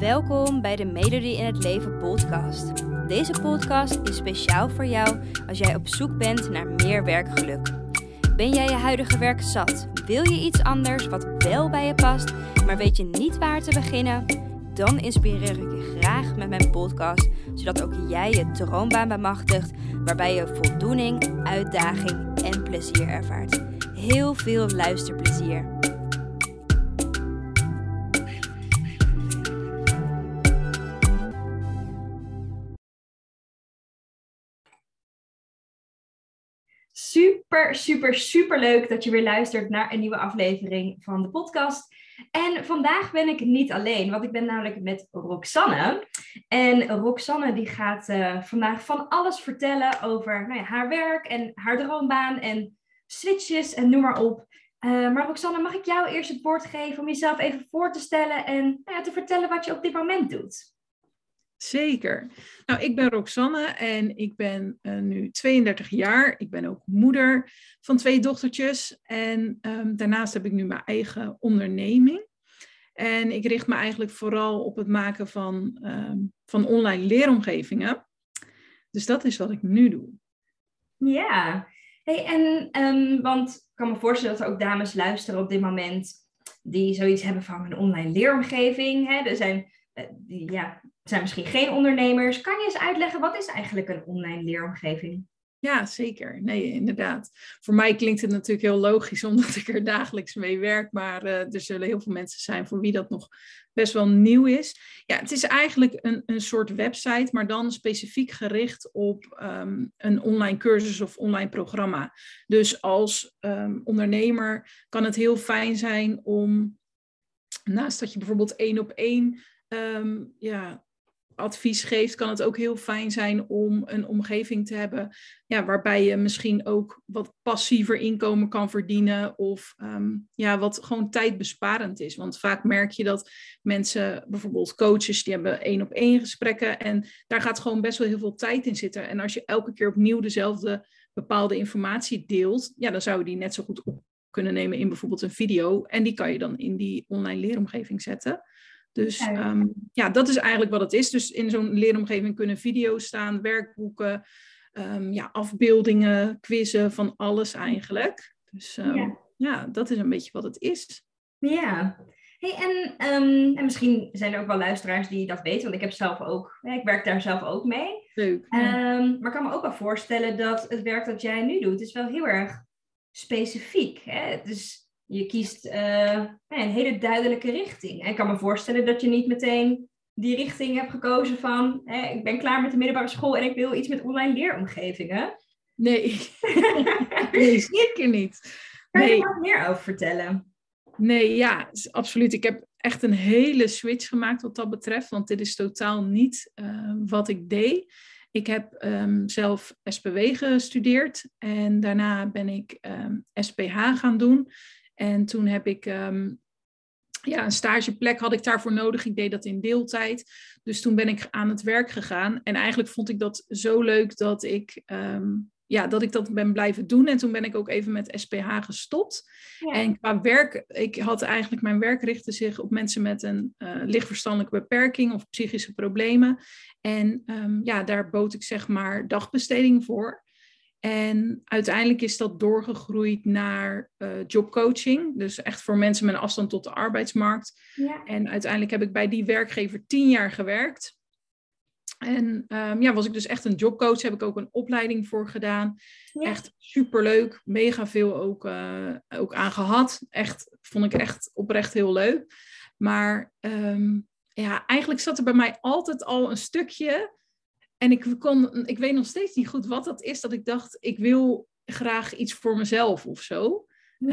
Welkom bij de Melodie in het Leven podcast. Deze podcast is speciaal voor jou als jij op zoek bent naar meer werkgeluk. Ben jij je huidige werk zat? Wil je iets anders wat wel bij je past, maar weet je niet waar te beginnen? Dan inspireer ik je graag met mijn podcast, zodat ook jij je droombaan bemachtigt, waarbij je voldoening, uitdaging en plezier ervaart. Heel veel luisterplezier. Super leuk dat je weer luistert naar een nieuwe aflevering van de podcast. En vandaag ben ik niet alleen, want ik ben namelijk met Roxanne. En Roxanne die gaat vandaag van alles vertellen over haar werk en haar droombaan en switches en noem maar op. Maar Roxanne, mag ik jou eerst het woord geven om jezelf even voor te stellen en te vertellen wat je op dit moment doet? Zeker. Nou, ik ben Roxanne en ik ben nu 32 jaar. Ik ben ook moeder van 2 dochtertjes en daarnaast heb ik nu mijn eigen onderneming. En ik richt me eigenlijk vooral op het maken van online leeromgevingen. Dus dat is wat ik nu doe. Ja, hey, want ik kan me voorstellen dat er ook dames luisteren op dit moment die zoiets hebben van een online leeromgeving. Hè? Er zijn misschien geen ondernemers. Kan je eens uitleggen, wat is eigenlijk een online leeromgeving? Ja, zeker. Nee, inderdaad. Voor mij klinkt het natuurlijk heel logisch, omdat ik er dagelijks mee werk. Maar er zullen heel veel mensen zijn voor wie dat nog best wel nieuw is. Ja, het is eigenlijk een soort website, maar dan specifiek gericht op een online cursus of online programma. Dus als ondernemer kan het heel fijn zijn om, naast dat je bijvoorbeeld 1-op-1 advies geeft, kan het ook heel fijn zijn om een omgeving te hebben waarbij je misschien ook wat passiever inkomen kan verdienen of wat gewoon tijdbesparend is. Want vaak merk je dat mensen, bijvoorbeeld coaches, die hebben 1-op-1 gesprekken en daar gaat gewoon best wel heel veel tijd in zitten. En als je elke keer opnieuw dezelfde bepaalde informatie deelt, dan zou je die net zo goed op kunnen nemen in bijvoorbeeld een video en die kan je dan in die online leeromgeving zetten. Dus dat is eigenlijk wat het is. Dus in zo'n leeromgeving kunnen video's staan, werkboeken, afbeeldingen, quizzen, van alles eigenlijk. Dus dat is een beetje wat het is. Ja. Hey, en misschien zijn er ook wel luisteraars die dat weten, want ik werk daar zelf ook mee. Leuk. Maar ik kan me ook wel voorstellen dat het werk dat jij nu doet, is wel heel erg specifiek. Hè? Dus je kiest een hele duidelijke richting. En ik kan me voorstellen dat je niet meteen die richting hebt gekozen van ik ben klaar met de middelbare school en ik wil iets met online leeromgevingen. Nee, nee, zeker niet. Kan je er wat meer over vertellen? Nee, ja, absoluut. Ik heb echt een hele switch gemaakt wat dat betreft, want dit is totaal niet wat ik deed. Ik heb zelf SPW gestudeerd en daarna ben ik SPH gaan doen. En toen heb ik een stageplek had ik daarvoor nodig. Ik deed dat in deeltijd. Dus toen ben ik aan het werk gegaan. En eigenlijk vond ik dat zo leuk dat ik dat ben blijven doen. En toen ben ik ook even met SPH gestopt. Ja. En qua werk, mijn werk richtte zich op mensen met een lichtverstandelijke beperking of psychische problemen. En daar bood ik zeg maar dagbesteding voor. En uiteindelijk is dat doorgegroeid naar jobcoaching. Dus echt voor mensen met een afstand tot de arbeidsmarkt. Ja. En uiteindelijk heb ik bij die werkgever 10 jaar gewerkt. En was ik dus echt een jobcoach. Heb ik ook een opleiding voor gedaan. Ja. Echt superleuk. Mega veel ook aan gehad. Vond ik echt oprecht heel leuk. Maar eigenlijk zat er bij mij altijd al een stukje. En ik weet nog steeds niet goed wat dat is. Dat ik dacht, ik wil graag iets voor mezelf of zo.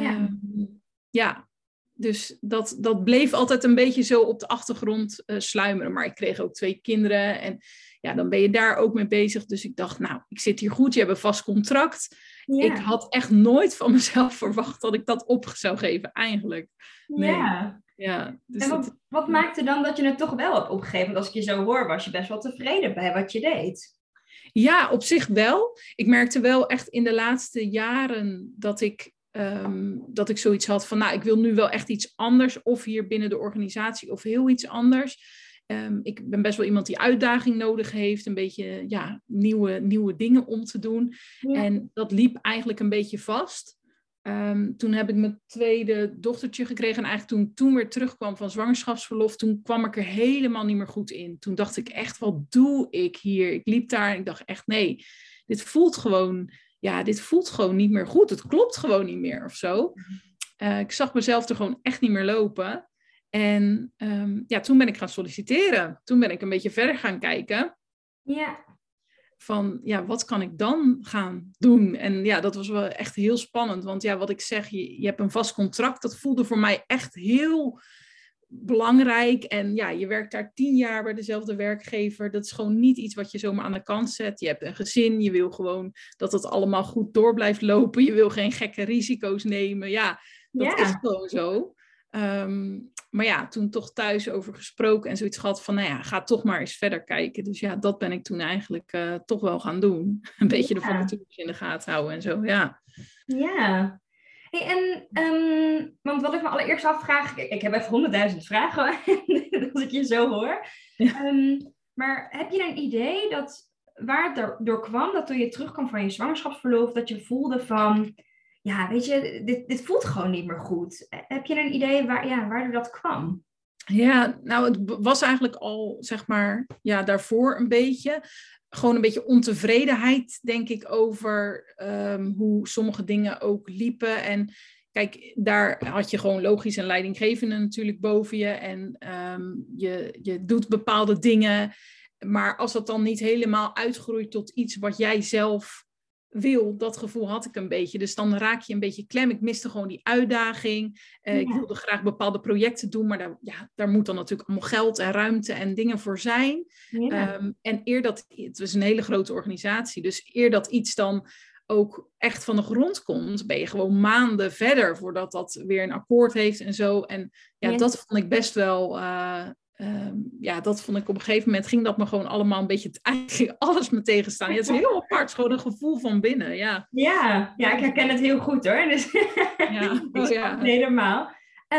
Ja. Dus dat bleef altijd een beetje zo op de achtergrond sluimeren. Maar ik kreeg ook 2 kinderen. En dan ben je daar ook mee bezig. Dus ik dacht, ik zit hier goed. Je hebt een vast contract. Ja. Ik had echt nooit van mezelf verwacht dat ik dat op zou geven eigenlijk. Nee. Ja, dus en wat maakte dan dat je het toch wel hebt opgegeven? Want als ik je zo hoor, was je best wel tevreden bij wat je deed. Ja, op zich wel. Ik merkte wel echt in de laatste jaren dat ik zoiets had van, ik wil nu wel echt iets anders. Of hier binnen de organisatie of heel iets anders. Ik ben best wel iemand die uitdaging nodig heeft. Een beetje nieuwe dingen om te doen. Ja. En dat liep eigenlijk een beetje vast. Toen heb ik mijn tweede dochtertje gekregen. En eigenlijk toen weer terugkwam van zwangerschapsverlof, toen kwam ik er helemaal niet meer goed in. Toen dacht ik echt, wat doe ik hier? Ik liep daar en ik dacht echt, nee, dit voelt gewoon niet meer goed. Het klopt gewoon niet meer of zo. Ik zag mezelf er gewoon echt niet meer lopen. En toen ben ik gaan solliciteren. Toen ben ik een beetje verder gaan kijken. Ja. Van, wat kan ik dan gaan doen? En dat was wel echt heel spannend. Want wat ik zeg, je hebt een vast contract. Dat voelde voor mij echt heel belangrijk. En je werkt daar 10 jaar bij dezelfde werkgever. Dat is gewoon niet iets wat je zomaar aan de kant zet. Je hebt een gezin. Je wil gewoon dat het allemaal goed door blijft lopen. Je wil geen gekke risico's nemen. Dat is gewoon zo. Maar toen toch thuis over gesproken en zoiets gehad van, ga toch maar eens verder kijken. Dus dat ben ik toen eigenlijk toch wel gaan doen. Een beetje de vacatures in de gaten houden en zo, Ja. Hey, want wat ik me allereerst afvraag, ik heb echt 100.000 vragen als ik je zo hoor. Ja. Maar heb je een idee waar het door kwam, dat toen je terugkwam van je zwangerschapsverlof, dat je voelde van, weet je, dit voelt gewoon niet meer goed. Heb je een idee waardoor dat kwam? Ja, nou, het was eigenlijk al, zeg maar, daarvoor een beetje. Gewoon een beetje ontevredenheid, denk ik, over hoe sommige dingen ook liepen. En kijk, daar had je gewoon logisch een leidinggevende natuurlijk boven je. En je doet bepaalde dingen. Maar als dat dan niet helemaal uitgroeit tot iets wat jij zelf wil, dat gevoel had ik een beetje. Dus dan raak je een beetje klem. Ik miste gewoon die uitdaging. Ik wilde graag bepaalde projecten doen, maar daar moet dan natuurlijk allemaal geld en ruimte en dingen voor zijn. Ja. En het was een hele grote organisatie, dus eer dat iets dan ook echt van de grond komt, ben je gewoon maanden verder voordat dat weer een akkoord heeft en zo. En dat vond ik best wel... dat vond ik op een gegeven moment, ging dat me gewoon allemaal een beetje, eigenlijk alles me tegenstaan. Het is heel apart, gewoon een gevoel van binnen, Ja, ik herken het heel goed hoor. Dus helemaal.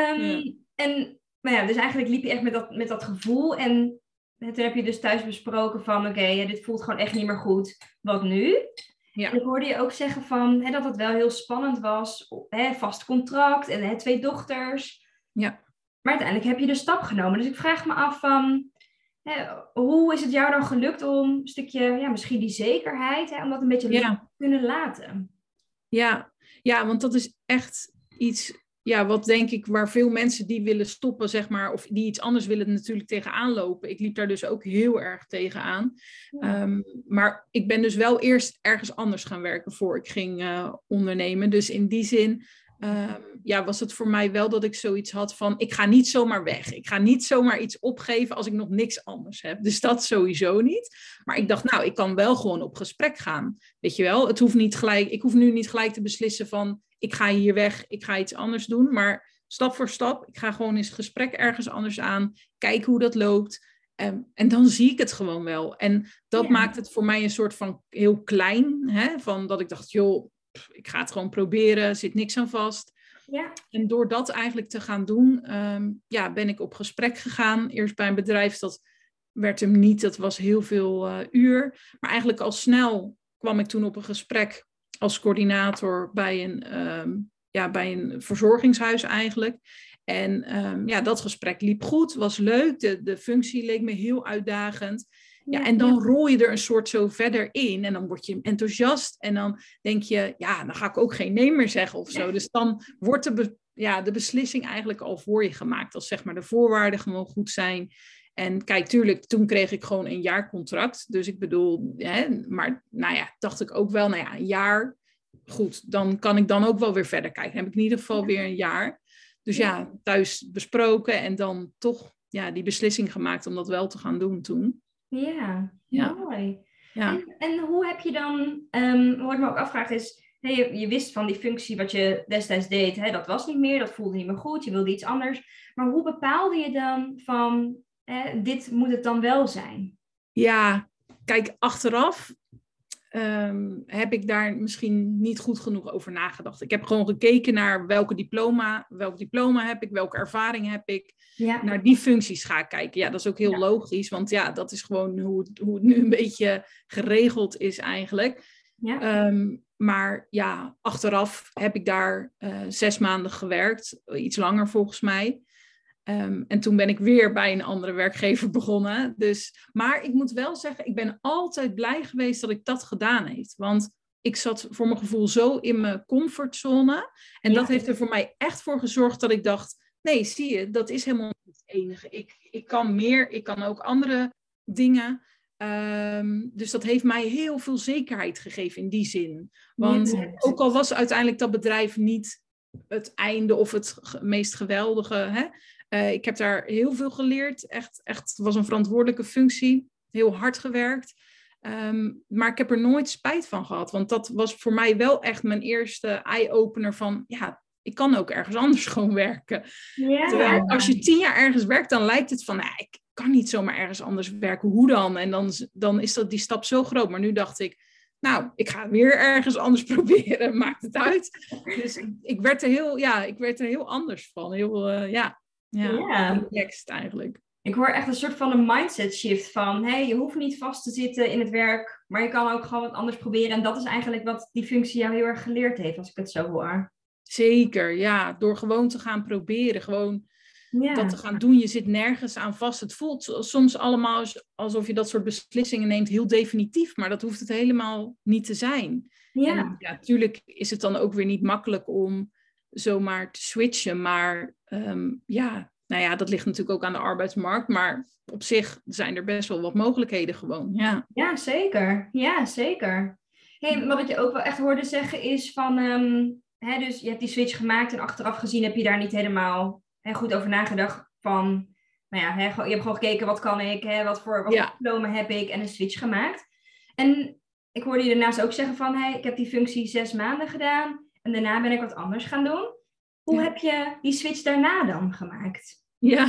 En dus eigenlijk liep je echt met dat gevoel en toen heb je dus thuis besproken van, oké, dit voelt gewoon echt niet meer goed. Wat nu? Ja. En ik hoorde je ook zeggen van, dat het wel heel spannend was, vast contract en 2 dochters. Ja. Maar uiteindelijk heb je de stap genomen. Dus ik vraag me af van, hoe is het jou dan gelukt om een stukje, misschien die zekerheid, om dat een beetje te kunnen laten? Ja, want dat is echt iets, wat denk ik, waar veel mensen die willen stoppen, zeg maar, of die iets anders willen natuurlijk tegenaan lopen. Ik liep daar dus ook heel erg tegenaan. Ja. Maar ik ben dus wel eerst ergens anders gaan werken voor ik ging ondernemen. Dus in die zin... was het voor mij wel dat ik zoiets had van, ik ga niet zomaar weg. Ik ga niet zomaar iets opgeven als ik nog niks anders heb. Dus dat sowieso niet. Maar ik dacht, ik kan wel gewoon op gesprek gaan. Weet je wel, ik hoef nu niet gelijk te beslissen van, ik ga hier weg, ik ga iets anders doen. Maar stap voor stap, ik ga gewoon eens gesprek ergens anders aan. Kijken hoe dat loopt. En dan zie ik het gewoon wel. En dat maakt het voor mij een soort van heel klein. Van dat ik dacht, joh, ik ga het gewoon proberen, er zit niks aan vast. Ja. En door dat eigenlijk te gaan doen, ben ik op gesprek gegaan. Eerst bij een bedrijf, dat werd hem niet, dat was heel veel uur. Maar eigenlijk al snel kwam ik toen op een gesprek als coördinator bij een verzorgingshuis eigenlijk. En dat gesprek liep goed, was leuk. De functie leek me heel uitdagend. Ja, en dan rol je er een soort zo verder in en dan word je enthousiast en dan denk je, dan ga ik ook geen nee meer zeggen of zo. Dus dan wordt de beslissing eigenlijk al voor je gemaakt, als zeg maar de voorwaarden gewoon goed zijn. En kijk, tuurlijk, toen kreeg ik gewoon een jaarcontract. Dus ik bedoel, maar dacht ik ook wel, een jaar, goed, dan kan ik dan ook wel weer verder kijken. Dan heb ik in ieder geval weer een jaar. Dus thuis besproken en dan toch die beslissing gemaakt om dat wel te gaan doen toen. Ja, mooi. Ja. En hoe heb je dan, wat ik me ook afvraag is, je wist van die functie wat je destijds deed, dat was niet meer, dat voelde niet meer goed, je wilde iets anders. Maar hoe bepaalde je dan van, dit moet het dan wel zijn? Ja, kijk, achteraf heb ik daar misschien niet goed genoeg over nagedacht. Ik heb gewoon gekeken naar welk diploma heb ik, welke ervaring heb ik. Ja. Naar die functies ga ik kijken. Ja, dat is ook heel logisch, want ja, dat is gewoon hoe het nu een beetje geregeld is eigenlijk. Ja. Maar ja, achteraf heb ik daar 6 maanden gewerkt, iets langer volgens mij. En toen ben ik weer bij een andere werkgever begonnen. Maar ik moet wel zeggen, ik ben altijd blij geweest dat ik dat gedaan heb. Want ik zat voor mijn gevoel zo in mijn comfortzone. En dat heeft er voor mij echt voor gezorgd dat ik dacht, nee, zie je, dat is helemaal niet het enige. Ik kan meer, ik kan ook andere dingen. Dus dat heeft mij heel veel zekerheid gegeven in die zin. Want ook al was uiteindelijk dat bedrijf niet het einde of het meest geweldige, hè? Ik heb daar heel veel geleerd. Echt was een verantwoordelijke functie. Heel hard gewerkt. Maar ik heb er nooit spijt van gehad. Want dat was voor mij wel echt mijn eerste eye-opener van, ja, ik kan ook ergens anders gewoon werken. Ja. Terwijl als je 10 jaar ergens werkt, dan lijkt het van, ik kan niet zomaar ergens anders werken. Hoe dan? En dan is die stap zo groot. Maar nu dacht ik, nou, ik ga weer ergens anders proberen. Maakt het uit. Dus ik werd er heel anders van. Heel, relaxed eigenlijk. Ik hoor echt een soort van een mindset shift van, je hoeft niet vast te zitten in het werk, maar je kan ook gewoon wat anders proberen. En dat is eigenlijk wat die functie jou heel erg geleerd heeft, als ik het zo hoor. Zeker, ja. Door gewoon te gaan proberen, gewoon dat te gaan doen. Je zit nergens aan vast. Het voelt soms allemaal alsof je dat soort beslissingen neemt heel definitief, maar dat hoeft het helemaal niet te zijn. Ja. En natuurlijk is het dan ook weer niet makkelijk om zomaar te switchen, maar dat ligt natuurlijk ook aan de arbeidsmarkt, maar op zich zijn er best wel wat mogelijkheden gewoon, ja. Ja, zeker. Ja, zeker. Wat ik je ook wel echt hoorde zeggen is van, dus je hebt die switch gemaakt en achteraf gezien heb je daar niet helemaal goed over nagedacht van, je hebt gewoon gekeken, wat kan ik, wat voor diploma heb ik en een switch gemaakt. En ik hoorde je daarnaast ook zeggen van, ik heb die functie 6 maanden gedaan en daarna ben ik wat anders gaan doen. Hoe heb je die switch daarna dan gemaakt? Ja,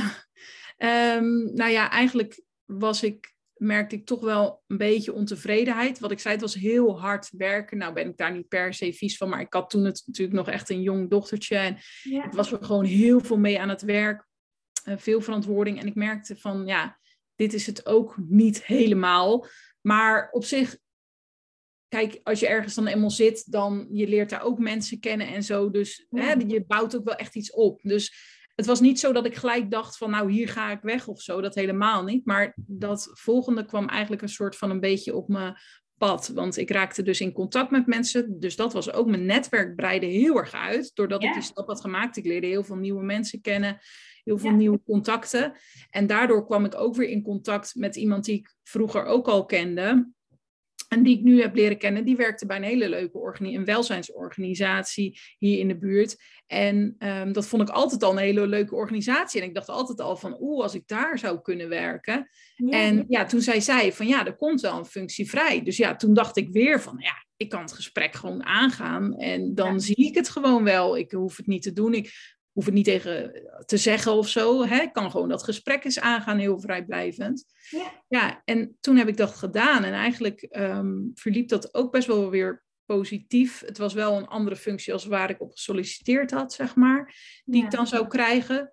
eigenlijk merkte ik toch wel een beetje ontevredenheid. Wat ik zei, het was heel hard werken. Nou ben ik daar niet per se vies van, maar ik had toen natuurlijk nog echt een jong dochtertje. En het was er gewoon heel veel mee aan het werk. Veel verantwoording. En ik merkte van, dit is het ook niet helemaal. Maar op zich, kijk, als je ergens dan eenmaal zit, dan je leert daar ook mensen kennen en zo. Dus je bouwt ook wel echt iets op. Dus het was niet zo dat ik gelijk dacht van, nou, hier ga ik weg of zo. Dat helemaal niet. Maar dat volgende kwam eigenlijk een soort van een beetje op mijn pad. Want ik raakte dus in contact met mensen. Dus dat was ook, mijn netwerk breidde heel erg uit. Doordat ik die stap had gemaakt. Ik leerde heel veel nieuwe mensen kennen. Heel veel nieuwe contacten. En daardoor kwam ik ook weer in contact met iemand die ik vroeger ook al kende. En die ik nu heb leren kennen, die werkte bij een hele leuke een welzijnsorganisatie hier in de buurt. En dat vond ik altijd al een hele leuke organisatie. En ik dacht altijd al van, als ik daar zou kunnen werken. Ja. En toen zei zij van, er komt wel een functie vrij. Dus toen dacht ik weer van, ik kan het gesprek gewoon aangaan. En dan zie ik het gewoon wel. Ik hoef het niet te doen. Ik hoef het niet tegen te zeggen of zo. Ik kan gewoon dat gesprek eens aangaan, heel vrijblijvend. Ja, en toen heb ik dat gedaan. En eigenlijk verliep dat ook best wel weer positief. Het was wel een andere functie als waar ik op gesolliciteerd had, zeg maar. Die ik dan zou krijgen.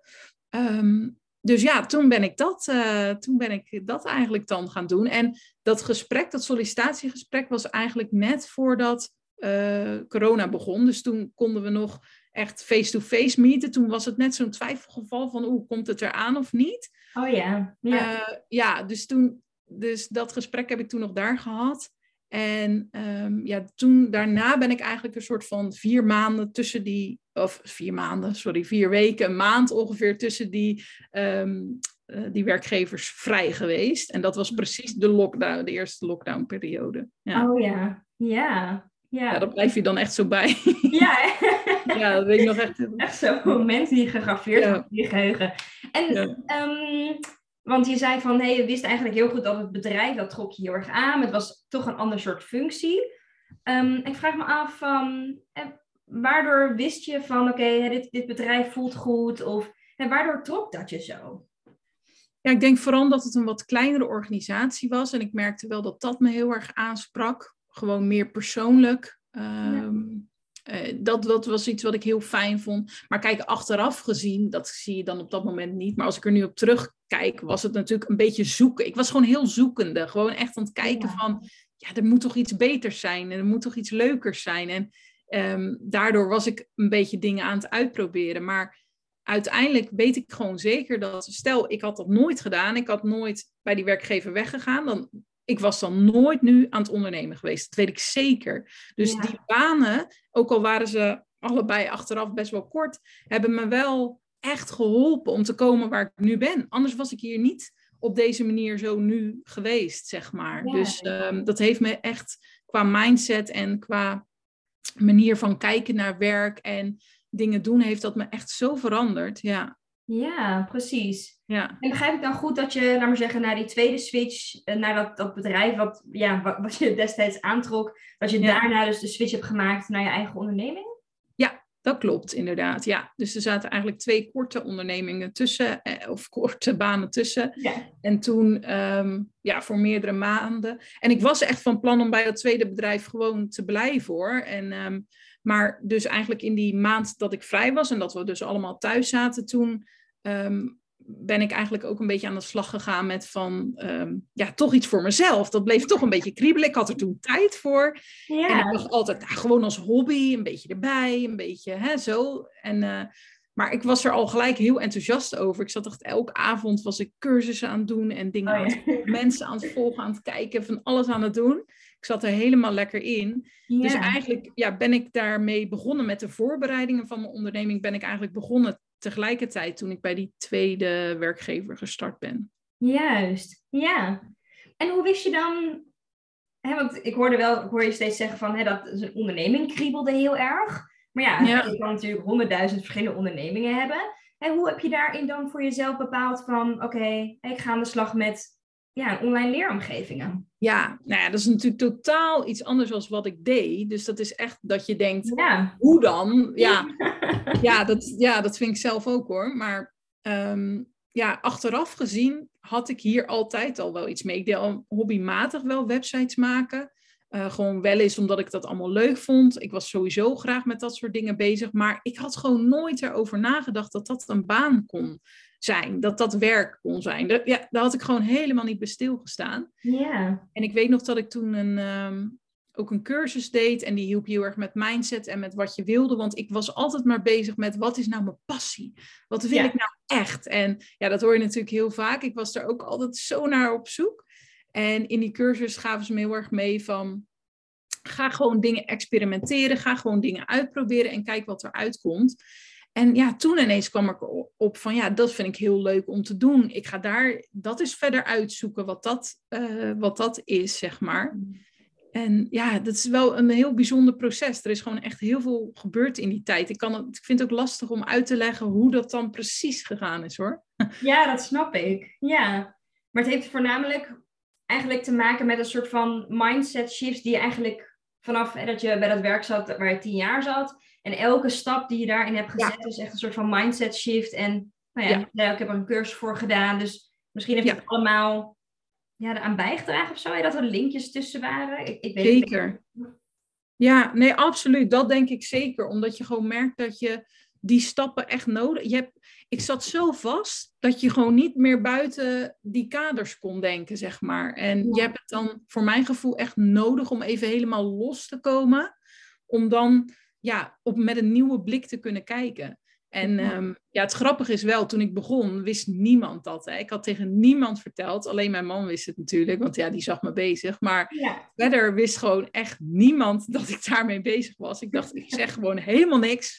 Dus toen ben ik dat eigenlijk dan gaan doen. En dat gesprek, dat sollicitatiegesprek, was eigenlijk net voordat corona begon. Dus toen konden we nog echt face-to-face meeten. Toen was het net zo'n twijfelgeval van, komt het eraan of niet? Oh ja. Dus dat gesprek heb ik toen nog daar gehad. En daarna ben ik eigenlijk een soort van 4 weken, een maand ongeveer tussen die werkgevers vrij geweest. En dat was precies de eerste lockdownperiode. Ja. Oh ja, ja. Ja, daar blijf je dan echt zo bij. Ja, ja, dat weet ik nog echt. Echt zo'n moment die gegraveerd wordt in je geheugen. En, want je zei van, je wist eigenlijk heel goed dat het bedrijf, dat trok je heel erg aan. Maar het was toch een ander soort functie. Ik vraag me af van, waardoor wist je van, dit bedrijf voelt goed? Of waardoor trok dat je zo? Ja, ik denk vooral dat het een wat kleinere organisatie was. En ik merkte wel dat dat me heel erg aansprak. gewoon meer persoonlijk. Dat was iets wat ik heel fijn vond. Maar kijk, achteraf gezien, dat zie je dan op dat moment niet. Maar als ik er nu op terugkijk, was het natuurlijk een beetje zoeken. Ik was gewoon heel zoekende. Gewoon echt aan het kijken van, ja, er moet toch iets beters zijn. En er moet toch iets leukers zijn. En daardoor was ik een beetje dingen aan het uitproberen. Maar uiteindelijk weet ik gewoon zeker dat, stel, ik had dat nooit gedaan. Ik had nooit bij die werkgever weggegaan. Ik was dan nooit nu aan het ondernemen geweest. Dat weet ik zeker. Dus die banen, ook al waren ze allebei achteraf best wel kort, hebben me wel echt geholpen om te komen waar ik nu ben. Anders was ik hier niet op deze manier zo nu geweest, zeg maar. Ja. Dus dat heeft me echt qua mindset en qua manier van kijken naar werk en dingen doen, heeft dat me echt zo veranderd. Ja. Ja, precies. Ja. En begrijp ik dan goed dat je, laat maar zeggen, naar die tweede switch, naar dat bedrijf wat je destijds aantrok, dat je daarna dus de switch hebt gemaakt naar je eigen onderneming? Ja, dat klopt inderdaad. Ja. Dus er zaten eigenlijk 2 korte ondernemingen tussen, of korte banen tussen. Ja. En toen voor meerdere maanden. En ik was echt van plan om bij dat tweede bedrijf gewoon te blijven hoor. Maar dus eigenlijk in die maand dat ik vrij was en dat we dus allemaal thuis zaten, toen ben ik eigenlijk ook een beetje aan de slag gegaan met toch iets voor mezelf. Dat bleef toch een beetje kriebelen. Ik had er toen tijd voor. Ja. En ik dacht altijd, gewoon als hobby, een beetje erbij, een beetje zo. Maar ik was er al gelijk heel enthousiast over. Ik zat echt elke avond was ik cursussen aan het doen en dingen aan het volgen, mensen aan het volgen, aan het kijken, van alles aan het doen. Ik zat er helemaal lekker in. Ja. Dus eigenlijk ben ik daarmee begonnen met de voorbereidingen van mijn onderneming. Ben ik eigenlijk begonnen tegelijkertijd toen ik bij die tweede werkgever gestart ben. Juist, ja. En hoe wist je dan, want ik hoor je steeds zeggen van dat een onderneming kriebelde heel erg. Maar je kan natuurlijk 100.000 verschillende ondernemingen hebben. En hoe heb je daarin dan voor jezelf bepaald van, oké, ik ga aan de slag met online leeromgevingen? Ja, nou ja, dat is natuurlijk totaal iets anders dan wat ik deed. Dus dat is echt dat je denkt, hoe dan? Dat vind ik zelf ook hoor. Maar achteraf gezien had ik hier altijd al wel iets mee. Ik deed al hobbymatig wel websites maken. Gewoon wel eens omdat ik dat allemaal leuk vond. Ik was sowieso graag met dat soort dingen bezig. Maar ik had gewoon nooit erover nagedacht dat dat een baan kon zijn. Dat dat werk kon zijn. Daar had ik gewoon helemaal niet bij stilgestaan. Yeah. En ik weet nog dat ik toen ook een cursus deed. En die hielp heel erg met mindset en met wat je wilde. Want ik was altijd maar bezig met wat is nou mijn passie? Wat wil ik nou echt? En dat hoor je natuurlijk heel vaak. Ik was er ook altijd zo naar op zoek. En in die cursus gaven ze me heel erg mee van, ga gewoon dingen experimenteren, ga gewoon dingen uitproberen en kijk wat er uitkomt. En toen ineens kwam ik op van, dat vind ik heel leuk om te doen. Ik ga dat is verder uitzoeken wat dat is, zeg maar. En dat is wel een heel bijzonder proces. Er is gewoon echt heel veel gebeurd in die tijd. Ik vind het ook lastig om uit te leggen hoe dat dan precies gegaan is, hoor. Ja, dat snap ik. Ja, maar het heeft voornamelijk eigenlijk te maken met een soort van mindset shifts die je eigenlijk vanaf dat je bij dat werk zat waar je 10 jaar zat. En elke stap die je daarin hebt gezet is echt een soort van mindset shift. En ik heb er een cursus voor gedaan. Dus misschien heb je het allemaal eraan bijgedragen of zo. Dat er linkjes tussen waren. Ik weet zeker. Ja, nee, absoluut. Dat denk ik zeker. Omdat je gewoon merkt dat je die stappen echt nodig... Ik zat zo vast dat je gewoon niet meer buiten die kaders kon denken, zeg maar. En je hebt het dan voor mijn gevoel echt nodig om even helemaal los te komen. Om dan met een nieuwe blik te kunnen kijken. En het grappige is wel, toen ik begon, wist niemand dat. Hè. Ik had tegen niemand verteld. Alleen mijn man wist het natuurlijk, want die zag me bezig. Maar verder wist gewoon echt niemand dat ik daarmee bezig was. Ik dacht, ik zeg gewoon helemaal niks.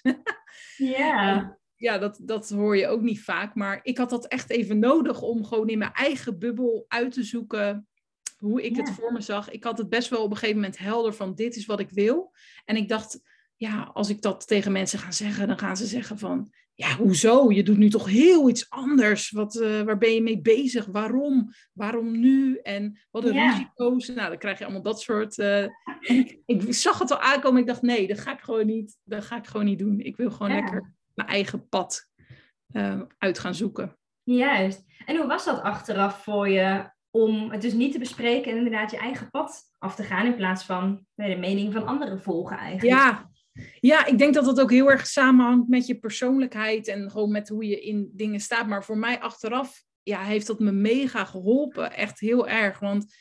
Ja. Dat hoor je ook niet vaak. Maar ik had dat echt even nodig om gewoon in mijn eigen bubbel uit te zoeken hoe ik het voor me zag. Ik had het best wel op een gegeven moment helder van dit is wat ik wil. En ik dacht, als ik dat tegen mensen ga zeggen, dan gaan ze zeggen van, hoezo? Je doet nu toch heel iets anders. Waar ben je mee bezig? Waarom? Waarom nu? En wat een risico's? Nou, dan krijg je allemaal dat soort... ik zag het al aankomen. Ik dacht, nee, dat ga ik gewoon niet doen. Ik wil gewoon lekker mijn eigen pad uit gaan zoeken. Juist. En hoe was dat achteraf voor je om het dus niet te bespreken en inderdaad je eigen pad af te gaan in plaats van de mening van anderen volgen eigenlijk. Ja, ik denk dat dat ook heel erg samenhangt met je persoonlijkheid en gewoon met hoe je in dingen staat. Maar voor mij achteraf heeft dat me mega geholpen. Echt heel erg. Want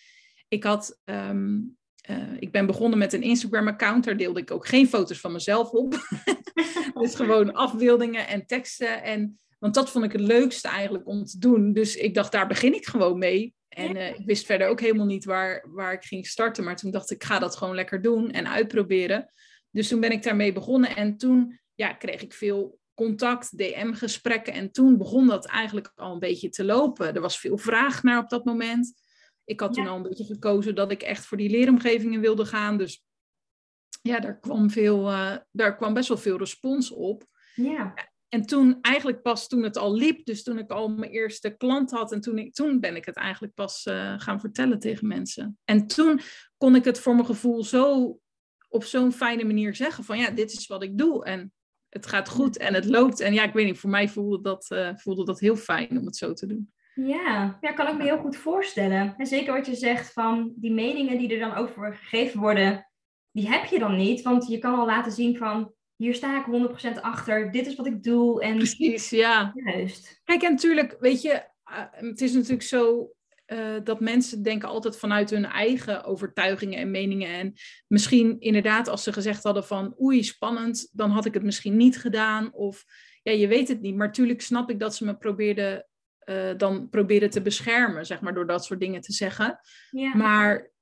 ik ben begonnen met een Instagram-account. Daar deelde ik ook geen foto's van mezelf op. Dus gewoon afbeeldingen en teksten. Want dat vond ik het leukste eigenlijk om te doen. Dus ik dacht, daar begin ik gewoon mee. En ik wist verder ook helemaal niet waar ik ging starten. Maar toen dacht ik, ga dat gewoon lekker doen en uitproberen. Dus toen ben ik daarmee begonnen. En toen kreeg ik veel contact, DM-gesprekken. En toen begon dat eigenlijk al een beetje te lopen. Er was veel vraag naar op dat moment. Ik had toen al een beetje gekozen dat ik echt voor die leeromgevingen wilde gaan. Dus daar kwam best wel veel respons op. Ja. En toen eigenlijk pas toen het al liep, dus toen ik al mijn eerste klant had. En toen ben ik het eigenlijk pas gaan vertellen tegen mensen. En toen kon ik het voor mijn gevoel op zo'n fijne manier zeggen van dit is wat ik doe. En het gaat goed en het loopt. En ik weet niet, voor mij voelde dat heel fijn om het zo te doen. Ja, kan ik me heel goed voorstellen. En zeker wat je zegt van die meningen die er dan over gegeven worden, die heb je dan niet. Want je kan al laten zien van, hier sta ik 100% achter, dit is wat ik doe. En precies, ja. Juist. Kijk, en natuurlijk, weet je, het is natuurlijk zo dat mensen denken altijd vanuit hun eigen overtuigingen en meningen. En misschien inderdaad als ze gezegd hadden van, oei, spannend, dan had ik het misschien niet gedaan. Of je weet het niet. Maar natuurlijk snap ik dat ze me probeerden te beschermen, zeg maar, door dat soort dingen te zeggen. Ja. Maar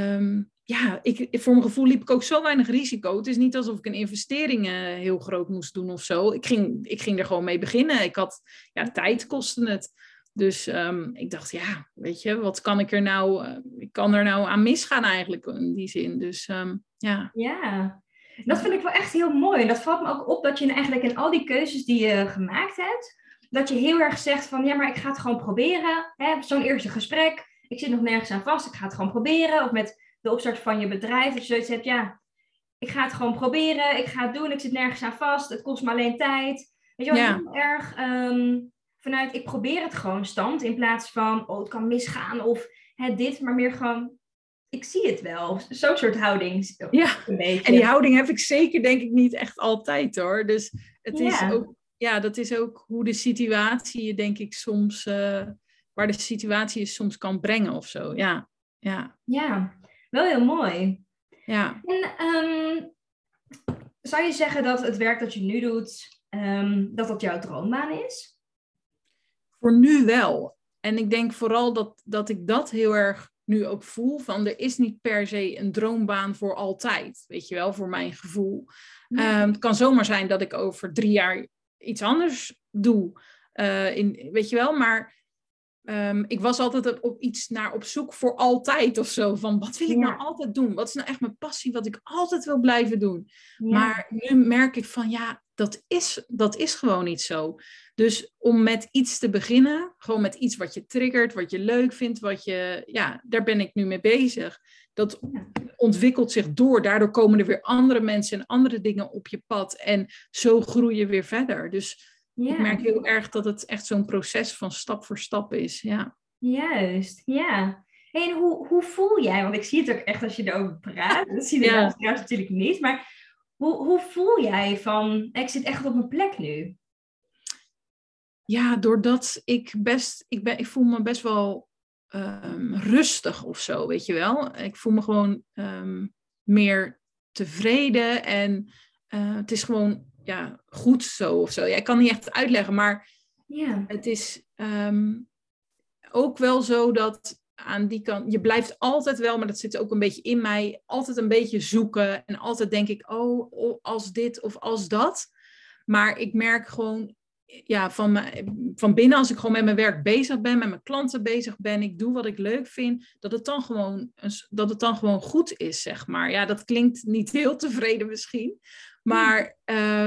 voor mijn gevoel liep ik ook zo weinig risico. Het is niet alsof ik een investering heel groot moest doen of zo. Ik ging er gewoon mee beginnen. Ik had, tijd kostte het. Dus ik dacht, weet je, wat kan ik er nou... ik kan er nou aan misgaan eigenlijk in die zin. Dus Ja, dat vind ik wel echt heel mooi. En dat valt me ook op dat je eigenlijk in al die keuzes die je gemaakt hebt, dat je heel erg zegt van, maar ik ga het gewoon proberen. Hè? Zo'n eerste gesprek, ik zit nog nergens aan vast, ik ga het gewoon proberen. Of met de opstart van je bedrijf, dat je zoiets hebt, ik ga het gewoon proberen, ik ga het doen, ik zit nergens aan vast, het kost me alleen tijd. Weet je wel, heel erg vanuit, ik probeer het gewoon stand, in plaats van, het kan misgaan of dit, maar meer gewoon, ik zie het wel. Zo'n soort houding. Een beetje. En die houding heb ik zeker denk ik niet echt altijd hoor. Dus het is ook, dat is ook hoe de situatie je denk ik soms, waar de situatie je soms kan brengen of zo. Ja, wel heel mooi. Ja. En zou je zeggen dat het werk dat je nu doet, dat jouw droombaan is? Voor nu wel. En ik denk vooral dat ik dat heel erg nu ook voel. Van er is niet per se een droombaan voor altijd. Weet je wel, voor mijn gevoel. Het kan zomaar zijn dat ik over 3 jaar iets anders doe. Weet je wel, maar ik was altijd op zoek voor altijd of zo. Van wat wil ik nou altijd doen? Wat is nou echt mijn passie? Wat ik altijd wil blijven doen. Ja. Maar nu merk ik van dat is gewoon niet zo. Dus om met iets te beginnen, gewoon met iets wat je triggert, wat je leuk vindt, daar ben ik nu mee bezig. Dat ontwikkelt zich door. Daardoor komen er weer andere mensen en andere dingen op je pad. En zo groei je weer verder. Dus ik merk heel erg dat het echt zo'n proces van stap voor stap is. Ja. Juist, ja. En hoe voel jij? Want ik zie het ook echt als je erover praat. Dat zie je luisteraars natuurlijk niet. Maar hoe voel jij van, ik zit echt op mijn plek nu? Ja, doordat ik voel me best wel rustig of zo, weet je wel. Ik voel me gewoon meer tevreden en het is gewoon goed zo of zo. Ja, ik kan niet echt uitleggen, maar het is ook wel zo dat aan die kant, je blijft altijd wel, maar dat zit ook een beetje in mij, altijd een beetje zoeken en altijd denk ik, als dit of als dat. Maar ik merk gewoon, van binnen, als ik gewoon met mijn werk bezig ben, met mijn klanten bezig ben, ik doe wat ik leuk vind, dat het dan gewoon goed is, zeg maar. Ja, dat klinkt niet heel tevreden misschien, maar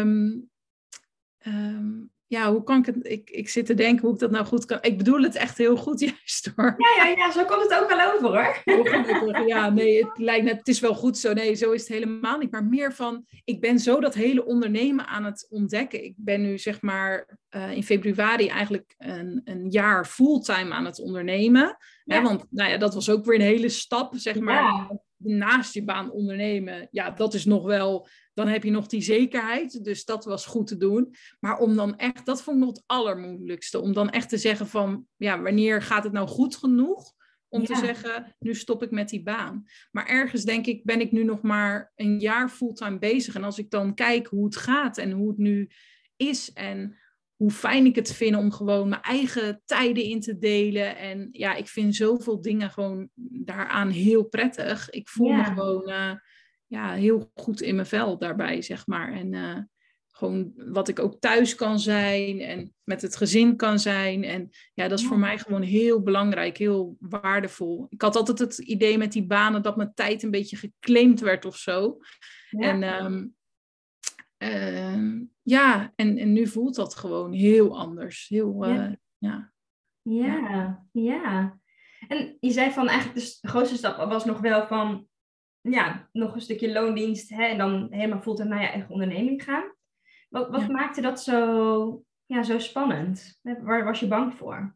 hoe kan ik het... Ik zit te denken hoe ik dat nou goed kan... Ik bedoel het echt heel goed juist hoor. Ja, zo komt het ook wel over hoor. Ja, nee, het lijkt net... Het is wel goed zo. Nee, zo is het helemaal niet. Maar meer van... Ik ben zo dat hele ondernemen aan het ontdekken. Ik ben nu zeg maar in februari eigenlijk een jaar fulltime aan het ondernemen. Ja. Hè, want dat was ook weer een hele stap, zeg maar. Ja. Naast je baan ondernemen, dat is nog wel... Dan heb je nog die zekerheid, dus dat was goed te doen. Maar om dan echt, dat vond ik nog het allermoeilijkste. Om dan echt te zeggen van, wanneer gaat het nou goed genoeg? Om te zeggen, nu stop ik met die baan. Maar ergens denk ik, ben ik nu nog maar een jaar fulltime bezig. En als ik dan kijk hoe het gaat en hoe het nu is... en hoe fijn ik het vind om gewoon mijn eigen tijden in te delen. En ik vind zoveel dingen gewoon daaraan heel prettig. Ik voel me gewoon heel goed in mijn vel daarbij, zeg maar. En gewoon wat ik ook thuis kan zijn en met het gezin kan zijn. En dat is voor mij gewoon heel belangrijk, heel waardevol. Ik had altijd het idee met die banen dat mijn tijd een beetje geclaimd werd of zo. Ja. En nu voelt dat gewoon heel anders. Heel, Ja. En je zei van eigenlijk de grootste stap was nog wel van, nog een stukje loondienst, hè, en dan helemaal fulltime naar je eigen onderneming gaan. Wat maakte dat zo spannend? Waar was je bang voor?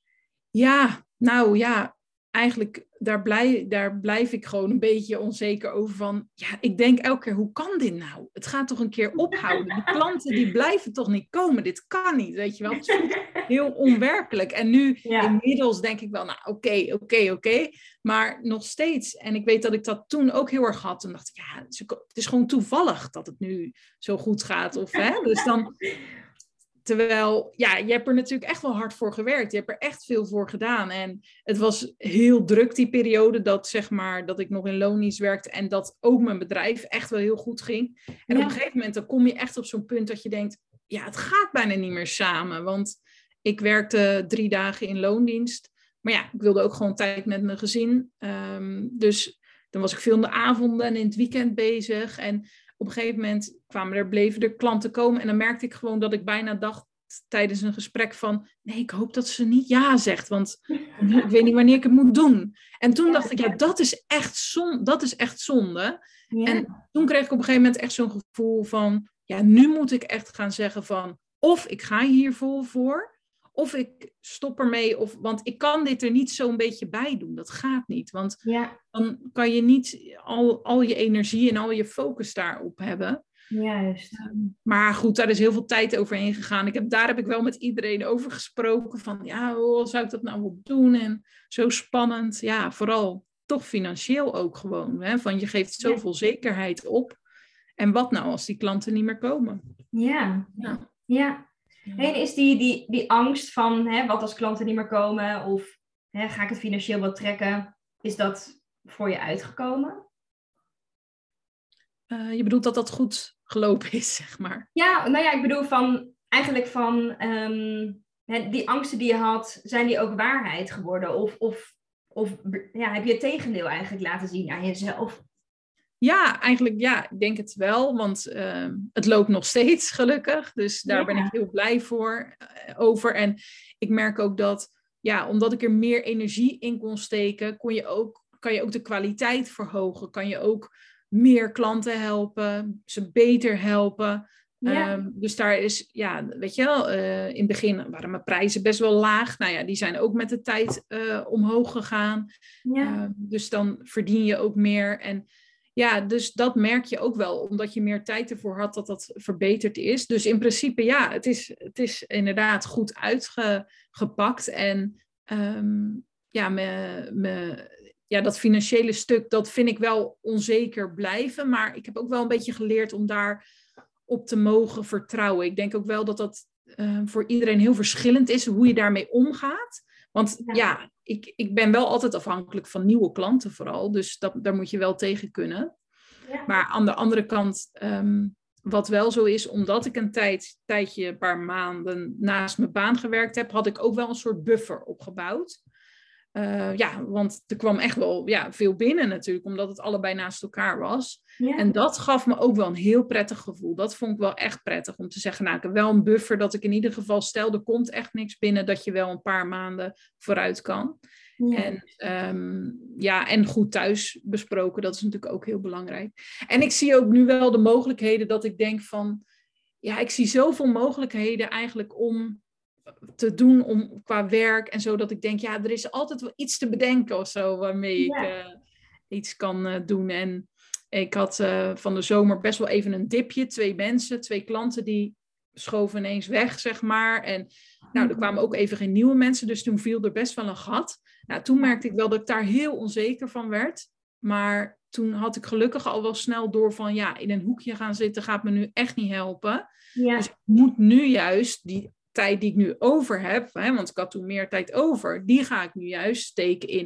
Eigenlijk daar blijf ik gewoon een beetje onzeker over van... ik denk elke keer, hoe kan dit nou? Het gaat toch een keer ophouden? Die klanten die blijven toch niet komen? Dit kan niet, weet je wel? Het voelt heel onwerkelijk. En nu inmiddels denk ik wel, oké. Maar nog steeds. En ik weet dat ik dat toen ook heel erg had. En dacht ik, het is gewoon toevallig dat het nu zo goed gaat. Of, dus dan... Terwijl, je hebt er natuurlijk echt wel hard voor gewerkt. Je hebt er echt veel voor gedaan. En het was heel druk die periode dat ik nog in loondienst werkte. En dat ook mijn bedrijf echt wel heel goed ging. En op een gegeven moment dan kom je echt op zo'n punt dat je denkt... het gaat bijna niet meer samen. Want ik werkte 3 dagen in loondienst. Maar ik wilde ook gewoon tijd met mijn gezin. Dus dan was ik veel in de avonden en in het weekend bezig. En... Op een gegeven moment bleven er klanten komen. En dan merkte ik gewoon dat ik bijna dacht tijdens een gesprek van... Nee, ik hoop dat ze niet ja zegt. Want ik weet niet wanneer ik het moet doen. En toen dacht ik, dat is echt zonde. Ja. En toen kreeg ik op een gegeven moment echt zo'n gevoel van... nu moet ik echt gaan zeggen van... Of ik ga hier vol voor... Of ik stop ermee, want ik kan dit er niet zo'n beetje bij doen. Dat gaat niet, want dan kan je niet al je energie en al je focus daarop hebben. Juist. Maar goed, daar is heel veel tijd overheen gegaan. Daar heb ik wel met iedereen over gesproken. Van hoe zou ik dat nou wel doen? En zo spannend. Ja, vooral toch financieel ook gewoon. Hè? Van je geeft zoveel zekerheid op. En wat nou als die klanten niet meer komen? Ja. En is die angst van wat als klanten niet meer komen of ga ik het financieel wel trekken, is dat voor je uitgekomen? Je bedoelt dat dat goed gelopen is, zeg maar? Ja, ik bedoel eigenlijk van die angsten die je had, zijn die ook waarheid geworden? Of heb je het tegendeel eigenlijk laten zien aan jezelf? Ja, eigenlijk ik denk het wel, want het loopt nog steeds gelukkig. Dus daar ben ik heel blij over. En ik merk ook dat, omdat ik er meer energie in kon steken, kan je ook de kwaliteit verhogen. Kan je ook meer klanten helpen, ze beter helpen. Ja. Dus daar is, weet je wel, in het begin waren mijn prijzen best wel laag. Die zijn ook met de tijd omhoog gegaan. Ja. Dus dan verdien je ook meer en... dus dat merk je ook wel, omdat je meer tijd ervoor had dat verbeterd is. Dus in principe, het is inderdaad goed uitgepakt. En dat financiële stuk, dat vind ik wel onzeker blijven. Maar ik heb ook wel een beetje geleerd om daar op te mogen vertrouwen. Ik denk ook wel dat dat voor iedereen heel verschillend is, hoe je daarmee omgaat. Want ik ben wel altijd afhankelijk van nieuwe klanten vooral. Dus daar moet je wel tegen kunnen. Ja. Maar aan de andere kant, wat wel zo is, omdat ik een paar maanden naast mijn baan gewerkt heb, had ik ook wel een soort buffer opgebouwd. Want er kwam echt wel veel binnen natuurlijk, omdat het allebei naast elkaar was. Ja. En dat gaf me ook wel een heel prettig gevoel. Dat vond ik wel echt prettig om te zeggen, ik heb wel een buffer dat ik in ieder geval stel, er komt echt niks binnen, dat je wel een paar maanden vooruit kan. Ja. En goed thuis besproken, dat is natuurlijk ook heel belangrijk. En ik zie ook nu wel de mogelijkheden dat ik denk van, ik zie zoveel mogelijkheden eigenlijk om te doen qua werk en zo, dat ik denk, er is altijd wel iets te bedenken of zo, waarmee ik iets kan doen. En ik had van de zomer best wel even een dipje. 2 klanten die schoven ineens weg, zeg maar. En er kwamen ook even geen nieuwe mensen, dus toen viel er best wel een gat. Toen merkte ik wel dat ik daar heel onzeker van werd. Maar toen had ik gelukkig al wel snel door van, in een hoekje gaan zitten gaat me nu echt niet helpen. Ja. Dus ik moet nu juist die tijd die ik nu over heb, want ik had toen meer tijd over, die ga ik nu juist steken in,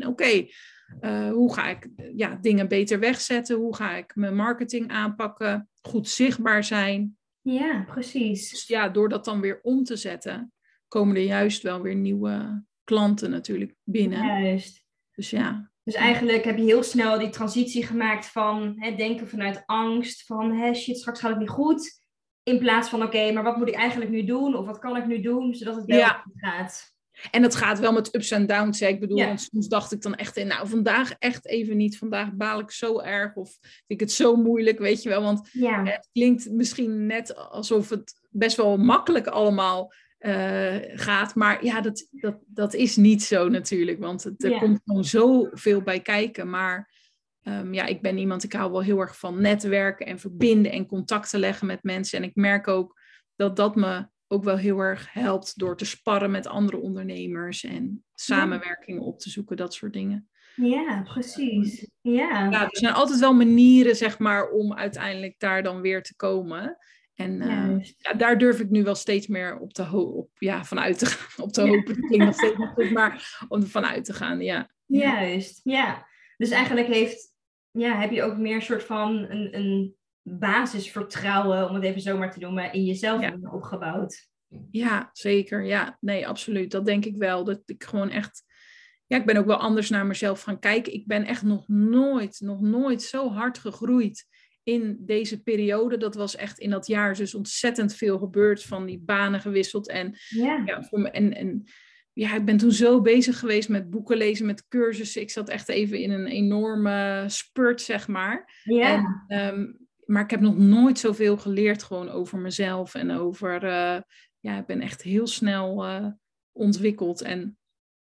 hoe ga ik dingen beter wegzetten? Hoe ga ik mijn marketing aanpakken? Goed zichtbaar zijn. Ja, precies. Dus door dat dan weer om te zetten, komen er juist wel weer nieuwe klanten natuurlijk binnen. Juist. Dus Dus eigenlijk heb je heel snel die transitie gemaakt van denken vanuit angst, van shit, straks gaat het niet goed. In plaats van maar wat moet ik eigenlijk nu doen? Of wat kan ik nu doen, zodat het wel goed gaat? En dat gaat wel met ups en downs. Ik bedoel, want soms dacht ik dan echt, vandaag echt even niet. Vandaag baal ik zo erg of vind ik het zo moeilijk, weet je wel. Want het klinkt misschien net alsof het best wel makkelijk allemaal gaat. Maar dat is niet zo natuurlijk. Want er komt gewoon zoveel bij kijken. Maar ik ben iemand, ik hou wel heel erg van netwerken en verbinden en contacten leggen met mensen. En ik merk ook dat me ook wel heel erg helpt door te sparren met andere ondernemers en samenwerkingen op te zoeken, dat soort dingen. Ja, precies. Ja. Er zijn altijd wel manieren, zeg maar, om uiteindelijk daar dan weer te komen. En daar durf ik nu wel steeds meer vanuit te gaan. Op te hopen, dat klinkt nog steeds niet goed, maar om er vanuit te gaan, Juist, Dus eigenlijk heb je ook meer een soort van een basisvertrouwen, om het even zo maar te noemen, in jezelf opgebouwd. Ja, zeker. Ja, nee, absoluut. Dat denk ik wel. Dat ik gewoon echt... ik ben ook wel anders naar mezelf gaan kijken. Ik ben echt nog nooit zo hard gegroeid in deze periode. Dat was echt in dat jaar dus ontzettend veel gebeurd, van die banen gewisseld. En ik ben toen zo bezig geweest met boeken lezen, met cursussen. Ik zat echt even in een enorme spurt, zeg maar. Ja. Maar ik heb nog nooit zoveel geleerd gewoon over mezelf en over... ik ben echt heel snel ontwikkeld. En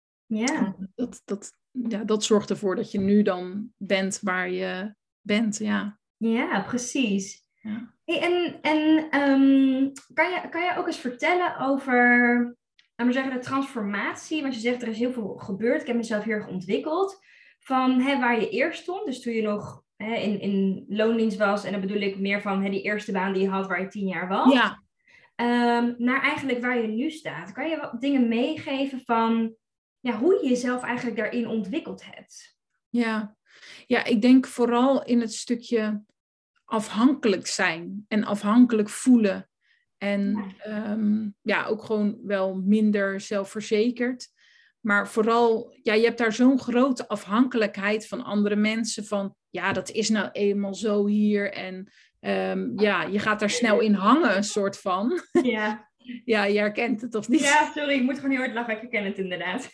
dat zorgt ervoor dat je nu dan bent waar je bent, Ja, precies. Ja. Hey, kan je ook eens vertellen over, laten we zeggen, de transformatie? Want je zegt, er is heel veel gebeurd. Ik heb mezelf heel erg ontwikkeld. Van waar je eerst stond, dus toen je nog in loondienst was. En dan bedoel ik meer van die eerste baan die je had waar je 10 jaar was. Ja. Naar eigenlijk waar je nu staat. Kan je wat dingen meegeven van hoe je jezelf eigenlijk daarin ontwikkeld hebt? Ja, ik denk vooral in het stukje afhankelijk zijn en afhankelijk voelen. En ook gewoon wel minder zelfverzekerd. Maar vooral, je hebt daar zo'n grote afhankelijkheid van andere mensen. Van, dat is nou eenmaal zo hier. En je gaat daar snel in hangen, een soort van. Ja. Ja, je herkent het of niet? Ja, sorry, ik moet gewoon heel hard lachen. Ik herken het inderdaad.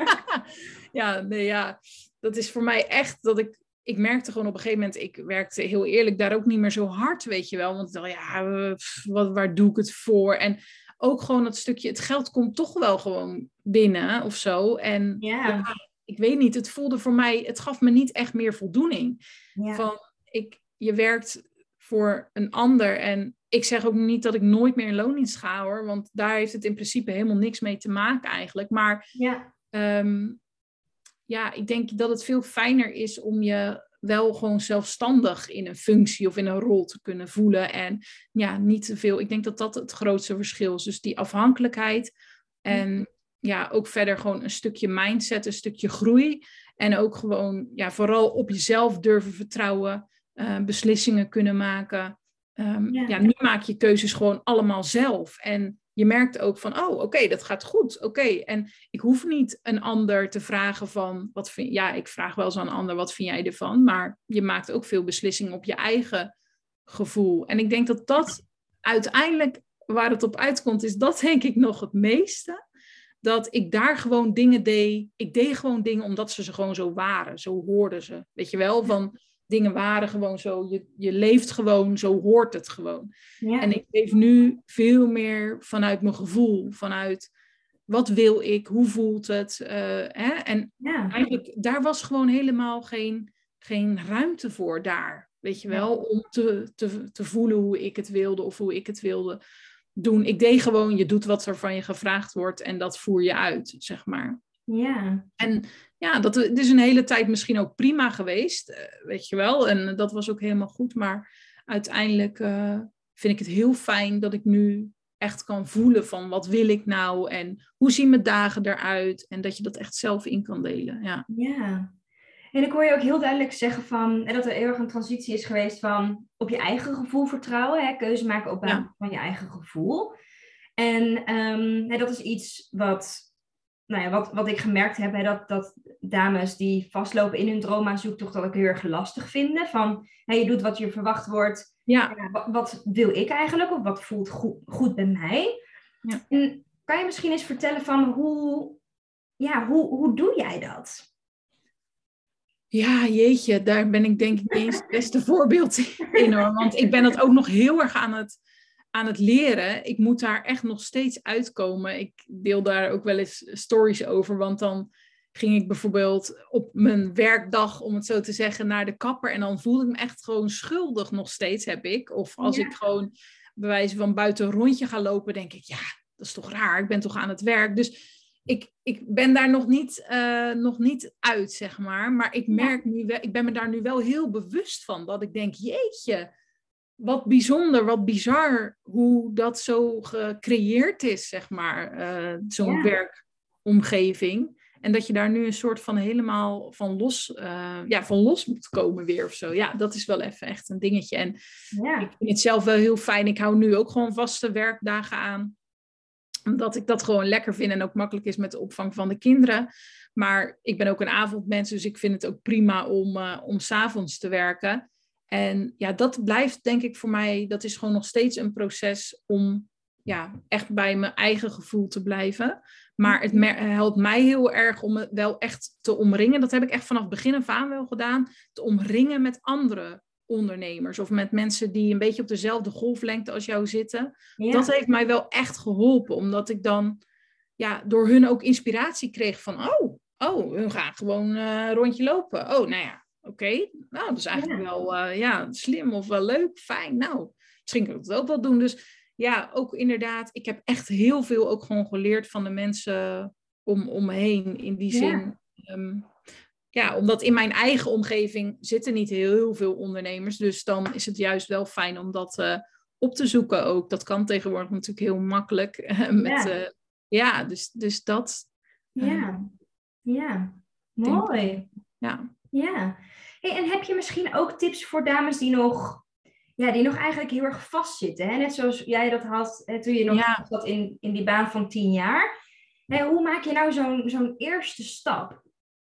Dat is voor mij echt dat ik merkte gewoon op een gegeven moment, ik werkte heel eerlijk daar ook niet meer zo hard, weet je wel. Want ik dacht, waar doe ik het voor? En ook gewoon dat stukje, het geld komt toch wel gewoon binnen of zo. En ik weet niet, het voelde voor mij, het gaf me niet echt meer voldoening. Van, je werkt voor een ander en ik zeg ook niet dat ik nooit meer in loondienst ga, hoor. Want daar heeft het in principe helemaal niks mee te maken eigenlijk. Maar ik denk dat het veel fijner is om je wel gewoon zelfstandig in een functie of in een rol te kunnen voelen. En niet te veel. Ik denk dat dat het grootste verschil is. Dus die afhankelijkheid en ook verder gewoon een stukje mindset, een stukje groei. En ook gewoon vooral op jezelf durven vertrouwen, beslissingen kunnen maken. Nu maak je keuzes gewoon allemaal zelf. En je merkt ook van, oké, dat gaat goed. Oké. En ik hoef niet een ander te vragen van, ik vraag wel eens aan een ander, wat vind jij ervan? Maar je maakt ook veel beslissingen op je eigen gevoel. En ik denk dat dat uiteindelijk, waar het op uitkomt, is dat denk ik nog het meeste. Dat ik daar gewoon dingen deed. Ik deed gewoon dingen omdat ze gewoon zo waren. Zo hoorden ze. Weet je wel, van... dingen waren gewoon zo. Je leeft gewoon, zo hoort het gewoon. Ja. En ik leef nu veel meer vanuit mijn gevoel. Vanuit, wat wil ik? Hoe voelt het? Hè? En eigenlijk, daar was gewoon helemaal geen ruimte voor daar. Weet je wel? Om te voelen hoe ik het wilde of hoe ik het wilde doen. Ik deed gewoon, je doet wat er van je gevraagd wordt en dat voer je uit, zeg maar. Ja. En ja, dat is een hele tijd misschien ook prima geweest, weet je wel. En dat was ook helemaal goed. Maar uiteindelijk vind ik het heel fijn dat ik nu echt kan voelen van wat wil ik nou en hoe zien mijn dagen eruit. En dat je dat echt zelf in kan delen. Ja. Ja. En ik hoor je ook heel duidelijk zeggen van, dat er heel erg een transitie is geweest van op je eigen gevoel vertrouwen. Hè, keuze maken op basis van je eigen gevoel. En dat is iets wat ik gemerkt heb, hè, dat dames die vastlopen in hun droomzoektocht dat ook heel erg lastig vinden. Van, je doet wat je verwacht wordt. Ja. Wat wil ik eigenlijk? Of wat voelt goed bij mij? Ja. En kan je misschien eens vertellen van hoe doe jij dat? Ja, jeetje, daar ben ik denk ik niet eens het beste voorbeeld in hoor. Want ik ben dat ook nog heel erg aan het leren. Ik moet daar echt nog steeds uitkomen. Ik deel daar ook wel eens stories over. Want dan ging ik bijvoorbeeld op mijn werkdag, om het zo te zeggen, naar de kapper. En dan voelde ik me echt gewoon schuldig nog steeds, heb ik. Of als ik gewoon bij wijze van buiten een rondje ga lopen, denk ik, ja, dat is toch raar. Ik ben toch aan het werk. Dus ik ben daar nog niet uit, zeg maar. Maar ik merk nu wel, ik ben me daar nu wel heel bewust van. Dat ik denk, jeetje, wat bijzonder, wat bizar hoe dat zo gecreëerd is, zeg maar. Zo'n werkomgeving. En dat je daar nu een soort van helemaal van los moet komen weer of zo. Ja, dat is wel even echt een dingetje. En ik vind het zelf wel heel fijn. Ik hou nu ook gewoon vaste werkdagen aan. Omdat ik dat gewoon lekker vind en ook makkelijk is met de opvang van de kinderen. Maar ik ben ook een avondmens, dus ik vind het ook prima om 's avonds te werken. En ja, dat blijft denk ik voor mij, dat is gewoon nog steeds een proces om echt bij mijn eigen gevoel te blijven. Maar het helpt mij heel erg om me wel echt te omringen. Dat heb ik echt vanaf begin af aan wel gedaan. Te omringen met andere ondernemers of met mensen die een beetje op dezelfde golflengte als jou zitten. Ja. Dat heeft mij wel echt geholpen, omdat ik dan door hun ook inspiratie kreeg van hun gaan gewoon een rondje lopen. Oh, nou ja, oké. Nou, dat is eigenlijk wel slim of wel leuk, fijn. Nou, misschien kan ik dat ook wel doen. Dus ja, ook inderdaad, ik heb echt heel veel ook gewoon geleerd van de mensen om me heen. In die zin, omdat in mijn eigen omgeving zitten niet heel veel ondernemers. Dus dan is het juist wel fijn om dat op te zoeken ook. Dat kan tegenwoordig natuurlijk heel makkelijk. Dus dat. Mooi. Ja. Hey, en heb je misschien ook tips voor dames die nog eigenlijk heel erg vastzitten? Hè? Net zoals jij dat had toen je nog zat in die baan van 10 jaar. Hoe maak je nou zo'n eerste stap?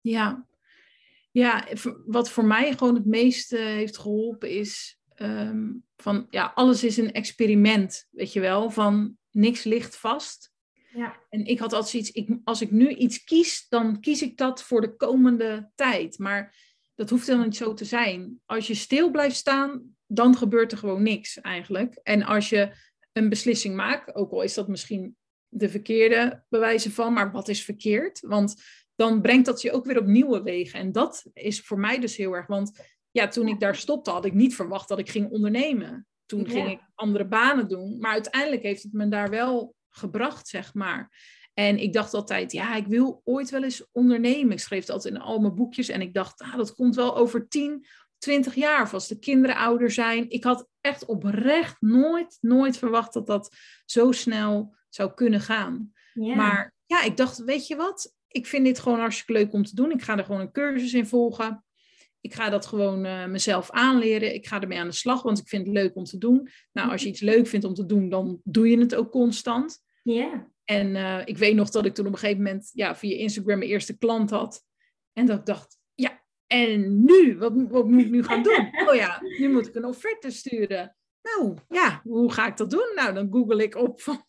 Ja, wat voor mij gewoon het meeste heeft geholpen is alles is een experiment, weet je wel, van niks ligt vast. Ja. En ik had altijd zoiets, als ik nu iets kies, dan kies ik dat voor de komende tijd. Maar dat hoeft helemaal niet zo te zijn. Als je stil blijft staan, dan gebeurt er gewoon niks eigenlijk. En als je een beslissing maakt, ook al is dat misschien de verkeerde bewijzen van, maar wat is verkeerd? Want dan brengt dat je ook weer op nieuwe wegen. En dat is voor mij dus heel erg. Want toen ik daar stopte, had ik niet verwacht dat ik ging ondernemen. Toen ging ik andere banen doen. Maar uiteindelijk heeft het me daar wel gebracht, zeg maar. En ik dacht altijd, ik wil ooit wel eens ondernemen. Ik schreef het altijd in al mijn boekjes. En ik dacht, dat komt wel over 10, 20 jaar. Of als de kinderen ouder zijn. Ik had echt oprecht nooit verwacht dat dat zo snel zou kunnen gaan. Yeah. Maar ik dacht, weet je wat? Ik vind dit gewoon hartstikke leuk om te doen. Ik ga er gewoon een cursus in volgen. Ik ga dat gewoon mezelf aanleren. Ik ga ermee aan de slag, want ik vind het leuk om te doen. Nou, als je iets leuk vindt om te doen, dan doe je het ook constant. Ja. En ik weet nog dat ik toen op een gegeven moment via Instagram mijn eerste klant had. En dat ik dacht, en nu? Wat moet ik nu gaan doen? Nu moet ik een offerte sturen. Nou, hoe ga ik dat doen? Nou, dan google ik op van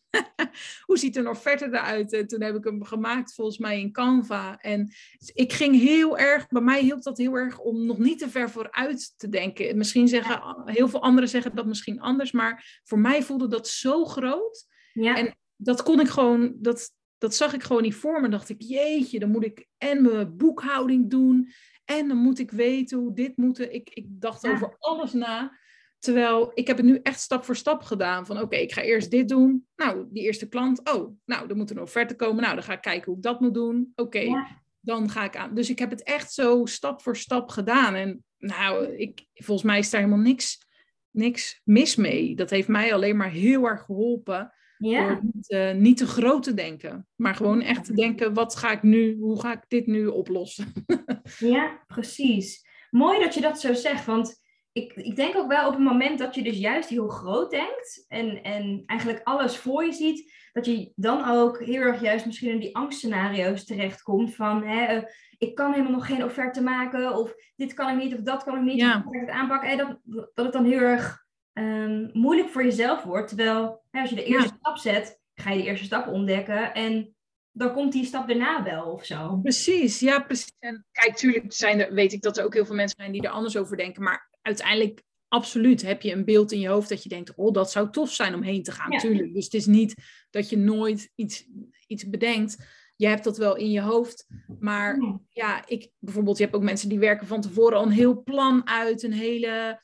Hoe ziet een offerte eruit? En toen heb ik hem gemaakt volgens mij in Canva. En ik ging heel erg, bij mij hielp dat heel erg om nog niet te ver vooruit te denken. Misschien zeggen, heel veel anderen zeggen dat misschien anders, maar voor mij voelde dat zo groot. Ja. En dat kon ik gewoon, dat zag ik gewoon niet voor me. Dacht ik, jeetje, dan moet ik en mijn boekhouding doen. En dan moet ik weten hoe dit moet. Ik dacht over alles na. Terwijl ik heb het nu echt stap voor stap gedaan. Van oké, ik ga eerst dit doen. Nou, die eerste klant. Oh, nou, er moet een offerte komen. Nou, dan ga ik kijken hoe ik dat moet doen. Oké, dan ga ik aan. Dus ik heb het echt zo stap voor stap gedaan. En nou, volgens mij is daar helemaal niks mis mee. Dat heeft mij alleen maar heel erg geholpen. Door niet te groot te denken. Maar gewoon echt te denken, hoe ga ik dit nu oplossen? Ja, precies. Mooi dat je dat zo zegt, want ik denk ook wel op het moment dat je dus juist heel groot denkt en eigenlijk alles voor je ziet, dat je dan ook heel erg juist misschien in die angstscenario's terechtkomt van ik kan helemaal nog geen offerte maken of dit kan ik niet of dat kan ik niet, hoe ga ik het aanpakken? Dat het dan heel erg moeilijk voor jezelf wordt, terwijl als je de eerste stap zet, ga je de eerste stap ontdekken en dan komt die stap daarna wel of zo. Precies, ja, precies. En kijk, tuurlijk weet ik dat er ook heel veel mensen zijn die er anders over denken. Maar uiteindelijk, absoluut, heb je een beeld in je hoofd dat je denkt, oh, dat zou tof zijn om heen te gaan. Tuurlijk. Dus het is niet dat je nooit iets bedenkt. Je hebt dat wel in je hoofd. Maar bijvoorbeeld, je hebt ook mensen die werken van tevoren al een heel plan uit, een hele...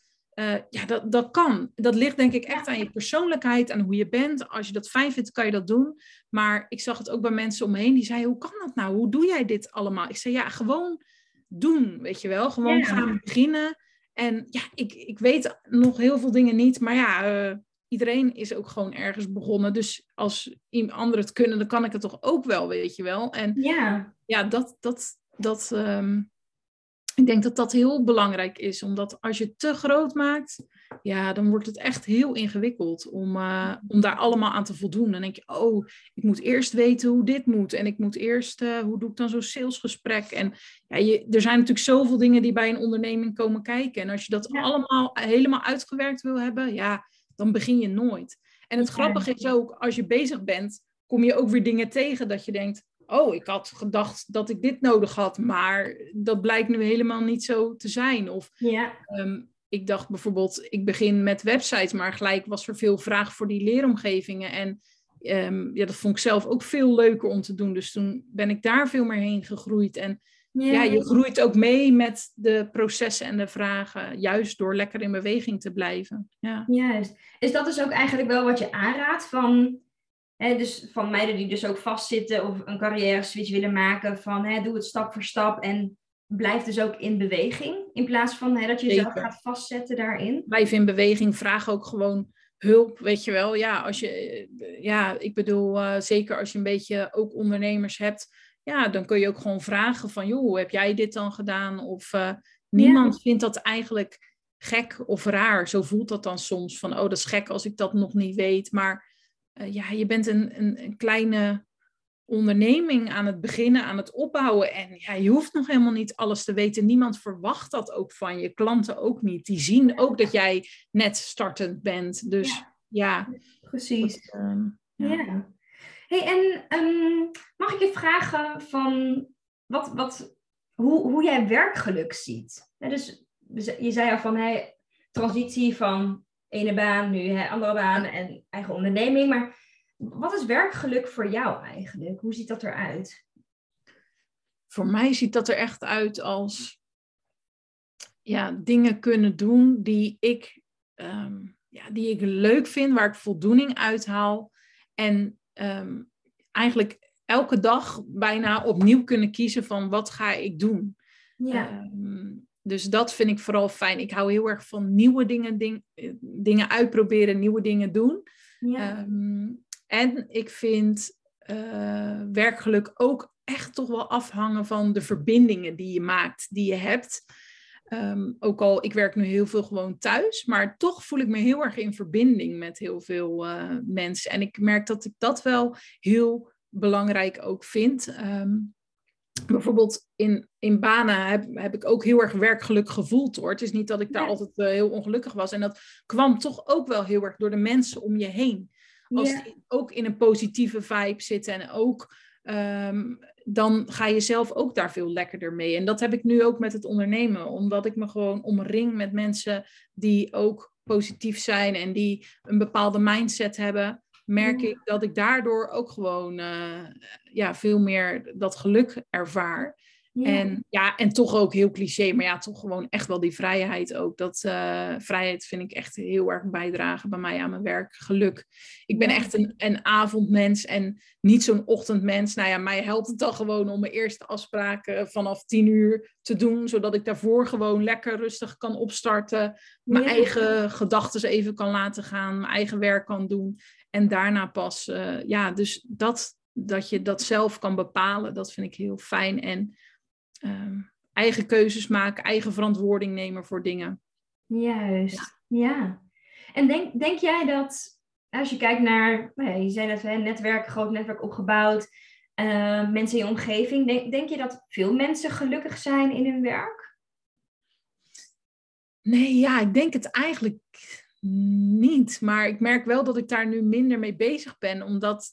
dat kan. Dat ligt denk ik echt aan je persoonlijkheid, aan hoe je bent. Als je dat fijn vindt, kan je dat doen. Maar ik zag het ook bij mensen om me heen die zeiden, hoe kan dat nou? Hoe doe jij dit allemaal? Ik zei, gewoon doen, weet je wel. Gewoon gaan beginnen. En ik weet nog heel veel dingen niet. Maar iedereen is ook gewoon ergens begonnen. Dus als anderen het kunnen, dan kan ik het toch ook wel, weet je wel. En ik denk dat dat heel belangrijk is, omdat als je het te groot maakt, dan wordt het echt heel ingewikkeld om daar allemaal aan te voldoen. Dan denk je, ik moet eerst weten hoe dit moet en ik moet eerst, hoe doe ik dan zo'n salesgesprek? En er zijn natuurlijk zoveel dingen die bij een onderneming komen kijken. En als je dat allemaal helemaal uitgewerkt wil hebben, dan begin je nooit. En het grappige is ook, als je bezig bent, kom je ook weer dingen tegen dat je denkt, ik had gedacht dat ik dit nodig had, maar dat blijkt nu helemaal niet zo te zijn. Of ik dacht bijvoorbeeld, ik begin met websites, maar gelijk was er veel vraag voor die leeromgevingen. En dat vond ik zelf ook veel leuker om te doen. Dus toen ben ik daar veel meer heen gegroeid. En je groeit ook mee met de processen en de vragen, juist door lekker in beweging te blijven. Ja. Juist. Is dat dus ook eigenlijk wel wat je aanraadt van... dus van meiden die dus ook vastzitten of een carrière switch willen maken van doe het stap voor stap en blijf dus ook in beweging in plaats van dat je jezelf gaat vastzetten daarin. Blijf in beweging, vraag ook gewoon hulp, weet je wel. Ik bedoel, zeker als je een beetje ook ondernemers hebt, dan kun je ook gewoon vragen van, joh, hoe heb jij dit dan gedaan? Of niemand vindt dat eigenlijk gek of raar. Zo voelt dat dan soms van, dat is gek als ik dat nog niet weet, maar... je bent een kleine onderneming aan het beginnen, aan het opbouwen. En je hoeft nog helemaal niet alles te weten. Niemand verwacht dat ook van je. Klanten ook niet. Die zien ook dat jij net startend bent. Dus precies. Hey, en mag ik je vragen van hoe jij werkgeluk ziet? Dus je zei al van transitie van ene baan, nu andere baan en eigen onderneming. Maar wat is werkgeluk voor jou eigenlijk? Hoe ziet dat eruit? Voor mij ziet dat er echt uit als dingen kunnen doen die ik leuk vind, waar ik voldoening uit haal. En eigenlijk elke dag bijna opnieuw kunnen kiezen van wat ga ik doen. Ja. Dus dat vind ik vooral fijn. Ik hou heel erg van nieuwe dingen uitproberen, nieuwe dingen doen. Ja. En ik vind werkgeluk ook echt toch wel afhangen van de verbindingen die je maakt, die je hebt. Ook al, ik werk nu heel veel gewoon thuis, maar toch voel ik me heel erg in verbinding met heel veel mensen. En ik merk dat ik dat wel heel belangrijk ook vind. Bijvoorbeeld in banen heb ik ook heel erg werkgeluk gevoeld hoor. Het is niet dat ik daar altijd heel ongelukkig was. En dat kwam toch ook wel heel erg door de mensen om je heen. als die ook in een positieve vibe zitten en ook... dan ga je zelf ook daar veel lekkerder mee. En dat heb ik nu ook met het ondernemen. Omdat ik me gewoon omring met mensen die ook positief zijn en die een bepaalde mindset hebben, merk ik dat ik daardoor ook gewoon veel meer dat geluk ervaar. Ja. En toch ook heel cliché, maar ja, toch gewoon echt wel die vrijheid ook. Dat vrijheid vind ik echt heel erg bijdragen bij mij aan mijn werk. Geluk. Ik ben echt een avondmens en niet zo'n ochtendmens. Nou ja, mij helpt het dan gewoon om mijn eerste afspraken vanaf 10:00 te doen, zodat ik daarvoor gewoon lekker rustig kan opstarten. Mijn eigen gedachten even kan laten gaan, mijn eigen werk kan doen. En daarna pas, dus dat je dat zelf kan bepalen, dat vind ik heel fijn. En eigen keuzes maken, eigen verantwoording nemen voor dingen. Juist, ja. En denk jij dat, als je kijkt naar, je zei net, netwerk, groot netwerk opgebouwd, mensen in je omgeving, denk je dat veel mensen gelukkig zijn in hun werk? Nee, ja, ik denk het eigenlijk niet. Maar ik merk wel dat ik daar nu minder mee bezig ben, omdat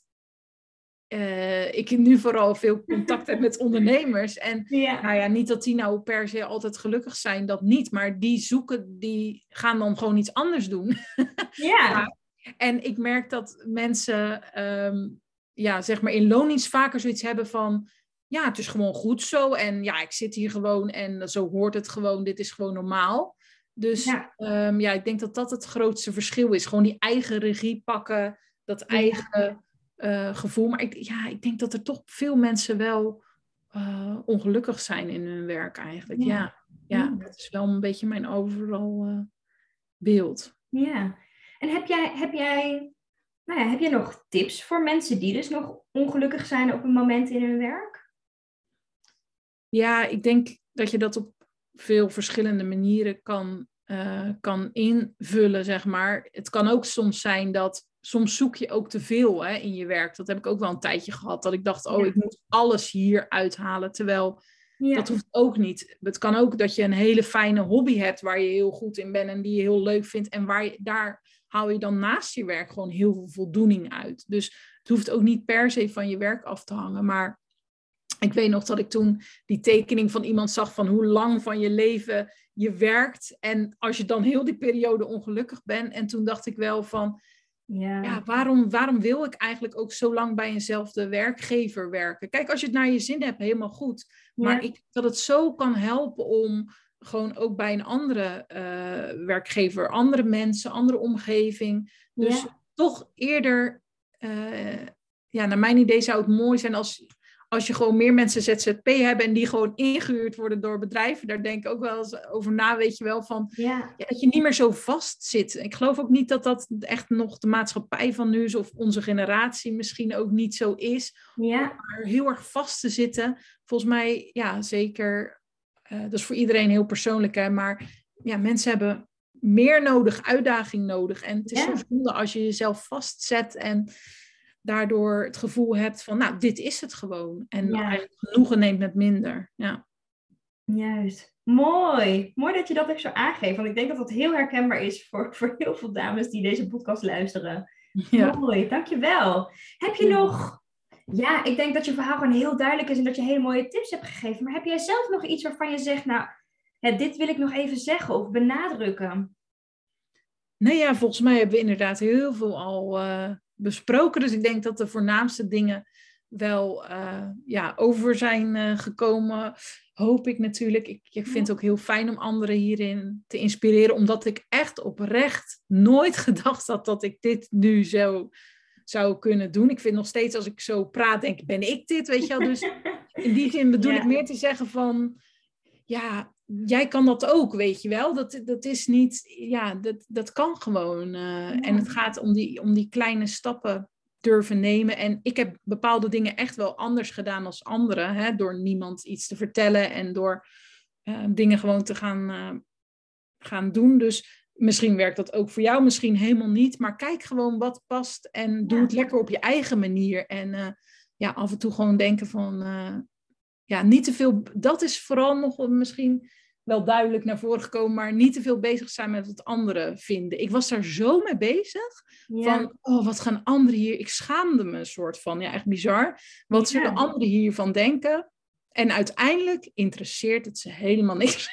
ik nu vooral veel contact heb met ondernemers. En nou ja, niet dat die nou per se altijd gelukkig zijn, dat niet. Maar die gaan dan gewoon iets anders doen. Ja. En ik merk dat mensen, zeg maar in loondienst vaker zoiets hebben van, ja, het is gewoon goed zo. En ja, ik zit hier gewoon en zo hoort het gewoon. Dit is gewoon normaal. Dus ik denk dat dat het grootste verschil is. Gewoon die eigen regie pakken, dat eigen gevoel. Maar ik denk dat er toch veel mensen wel ongelukkig zijn in hun werk eigenlijk. Ja, dat is wel een beetje mijn overal beeld. Ja, en heb jij nog tips voor mensen die dus nog ongelukkig zijn op een moment in hun werk? Ja, ik denk dat je dat op veel verschillende manieren kan invullen, zeg maar. Het kan ook soms zijn dat soms zoek je ook te veel in je werk. Dat heb ik ook wel een tijdje gehad. Dat ik dacht, ik moet alles hier uithalen. Terwijl dat hoeft ook niet. Het kan ook dat je een hele fijne hobby hebt waar je heel goed in bent en die je heel leuk vindt. En daar haal je dan naast je werk gewoon heel veel voldoening uit. Dus het hoeft ook niet per se van je werk af te hangen. Maar ik weet nog dat ik toen die tekening van iemand zag van hoe lang van je leven je werkt. En als je dan heel die periode ongelukkig bent. En toen dacht ik wel van, waarom wil ik eigenlijk ook zo lang bij eenzelfde werkgever werken? Kijk, als je het naar je zin hebt, helemaal goed. Maar dat het zo kan helpen om gewoon ook bij een andere werkgever, andere mensen, andere omgeving. Dus toch eerder, naar mijn idee zou het mooi zijn als je gewoon meer mensen ZZP hebben en die gewoon ingehuurd worden door bedrijven. Daar denk ik ook wel eens over na, weet je wel, van dat je niet meer zo vast zit. Ik geloof ook niet dat dat echt nog de maatschappij van nu is of onze generatie misschien ook niet zo is. Maar heel erg vast te zitten, volgens mij, zeker, dat is voor iedereen heel persoonlijk, hè, maar mensen hebben meer nodig, uitdaging nodig. En het is zo zonde als je jezelf vastzet en daardoor het gevoel hebt van, dit is het gewoon. En eigenlijk genoegen neemt met minder. Ja. Juist. Mooi. Mooi dat je dat ook zo aangeeft. Want ik denk dat dat heel herkenbaar is voor heel veel dames die deze podcast luisteren. Ja. Mooi, dankjewel. Heb je nog... Ja, ik denk dat je verhaal gewoon heel duidelijk is en dat je hele mooie tips hebt gegeven. Maar heb jij zelf nog iets waarvan je zegt, dit wil ik nog even zeggen of benadrukken? Nee, volgens mij hebben we inderdaad heel veel al besproken. Dus ik denk dat de voornaamste dingen wel over zijn gekomen. Hoop ik natuurlijk. Ik vind het ook heel fijn om anderen hierin te inspireren. Omdat ik echt oprecht nooit gedacht had dat ik dit nu zo zou kunnen doen. Ik vind nog steeds als ik zo praat, denk ik, ben ik dit? Weet je wel? Dus in die zin bedoel ik meer te zeggen van... jij kan dat ook, weet je wel. Dat is niet... dat kan gewoon. En het gaat om die kleine stappen durven nemen. En ik heb bepaalde dingen echt wel anders gedaan als anderen. Hè, door niemand iets te vertellen en door dingen gewoon te gaan doen. Dus misschien werkt dat ook voor jou, misschien helemaal niet. Maar kijk gewoon wat past en doe het lekker op je eigen manier. En af en toe gewoon denken van... niet te veel... Dat is vooral nog misschien wel duidelijk naar voren gekomen, maar niet te veel bezig zijn met wat anderen vinden. Ik was daar zo mee bezig, van, wat gaan anderen hier... Ik schaamde me een soort van, echt bizar. Wat zullen anderen hiervan denken? En uiteindelijk interesseert het ze helemaal niks.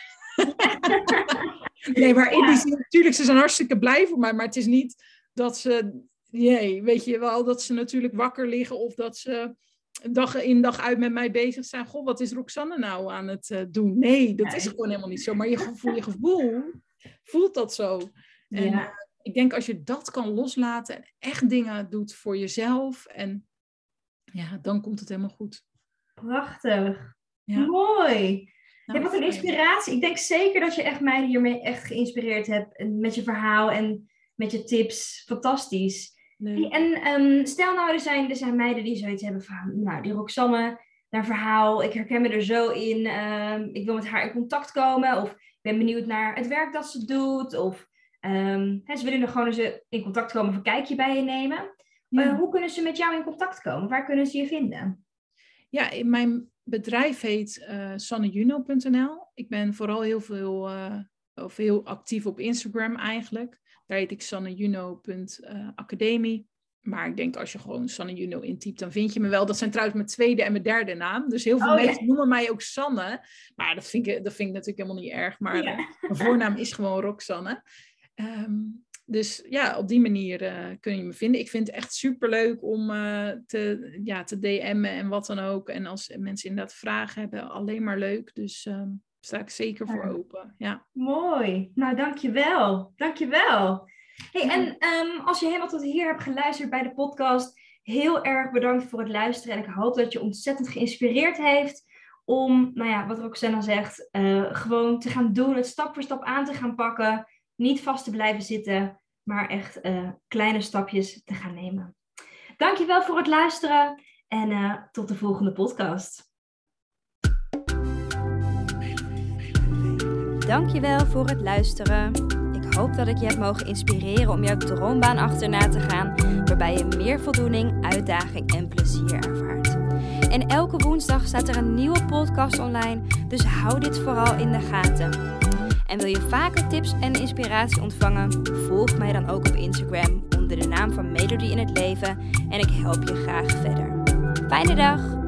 Nee, maar in die zin, natuurlijk, ze zijn hartstikke blij voor mij, maar het is niet dat ze... weet je wel, dat ze natuurlijk wakker liggen of dat ze dag in dag uit met mij bezig zijn. Goh, wat is Roxanne nou aan het doen? Nee, dat is gewoon helemaal niet zo. Maar je gevoel voelt dat zo. En ik denk als je dat kan loslaten en echt dingen doet voor jezelf. En dan komt het helemaal goed. Prachtig. Ja. Mooi. Nou, wat een inspiratie. Ik denk zeker dat je echt mij hiermee echt geïnspireerd hebt. Met je verhaal en met je tips. Fantastisch. Nee. En stel nou, er zijn meiden die zoiets hebben van, nou, die Roxanne, haar verhaal, ik herken me er zo in, ik wil met haar in contact komen, of ik ben benieuwd naar het werk dat ze doet, of ze willen er gewoon eens in contact komen of een kijkje bij je nemen. Hoe kunnen ze met jou in contact komen? Waar kunnen ze je vinden? Ja, mijn bedrijf heet sannejuno.nl. Ik ben vooral heel actief op Instagram eigenlijk. Daar heet ik sannejuno.academie. Maar ik denk als je gewoon Sanne Juno intypt, dan vind je me wel. Dat zijn trouwens mijn tweede en mijn derde naam. Dus heel veel mensen noemen mij ook Sanne. Maar dat vind ik natuurlijk helemaal niet erg. Maar mijn voornaam is gewoon Roxanne. Dus op die manier kun je me vinden. Ik vind het echt superleuk om te DM'en en wat dan ook. En als mensen inderdaad vragen hebben, alleen maar leuk. Dus... sta ik zeker voor open. Ja. Mooi. Nou, dankjewel. Dankjewel. Hey, en als je helemaal tot hier hebt geluisterd bij de podcast, heel erg bedankt voor het luisteren. En ik hoop dat je ontzettend geïnspireerd heeft om, wat Roxanne zegt, gewoon te gaan doen, het stap voor stap aan te gaan pakken. Niet vast te blijven zitten, maar echt kleine stapjes te gaan nemen. Dankjewel voor het luisteren en tot de volgende podcast. Dankjewel voor het luisteren. Ik hoop dat ik je heb mogen inspireren om jouw droombaan achterna te gaan, waarbij je meer voldoening, uitdaging en plezier ervaart. En elke woensdag staat er een nieuwe podcast online, dus hou dit vooral in de gaten. En wil je vaker tips en inspiratie ontvangen? Volg mij dan ook op Instagram onder de naam van Melody in het Leven en ik help je graag verder. Fijne dag!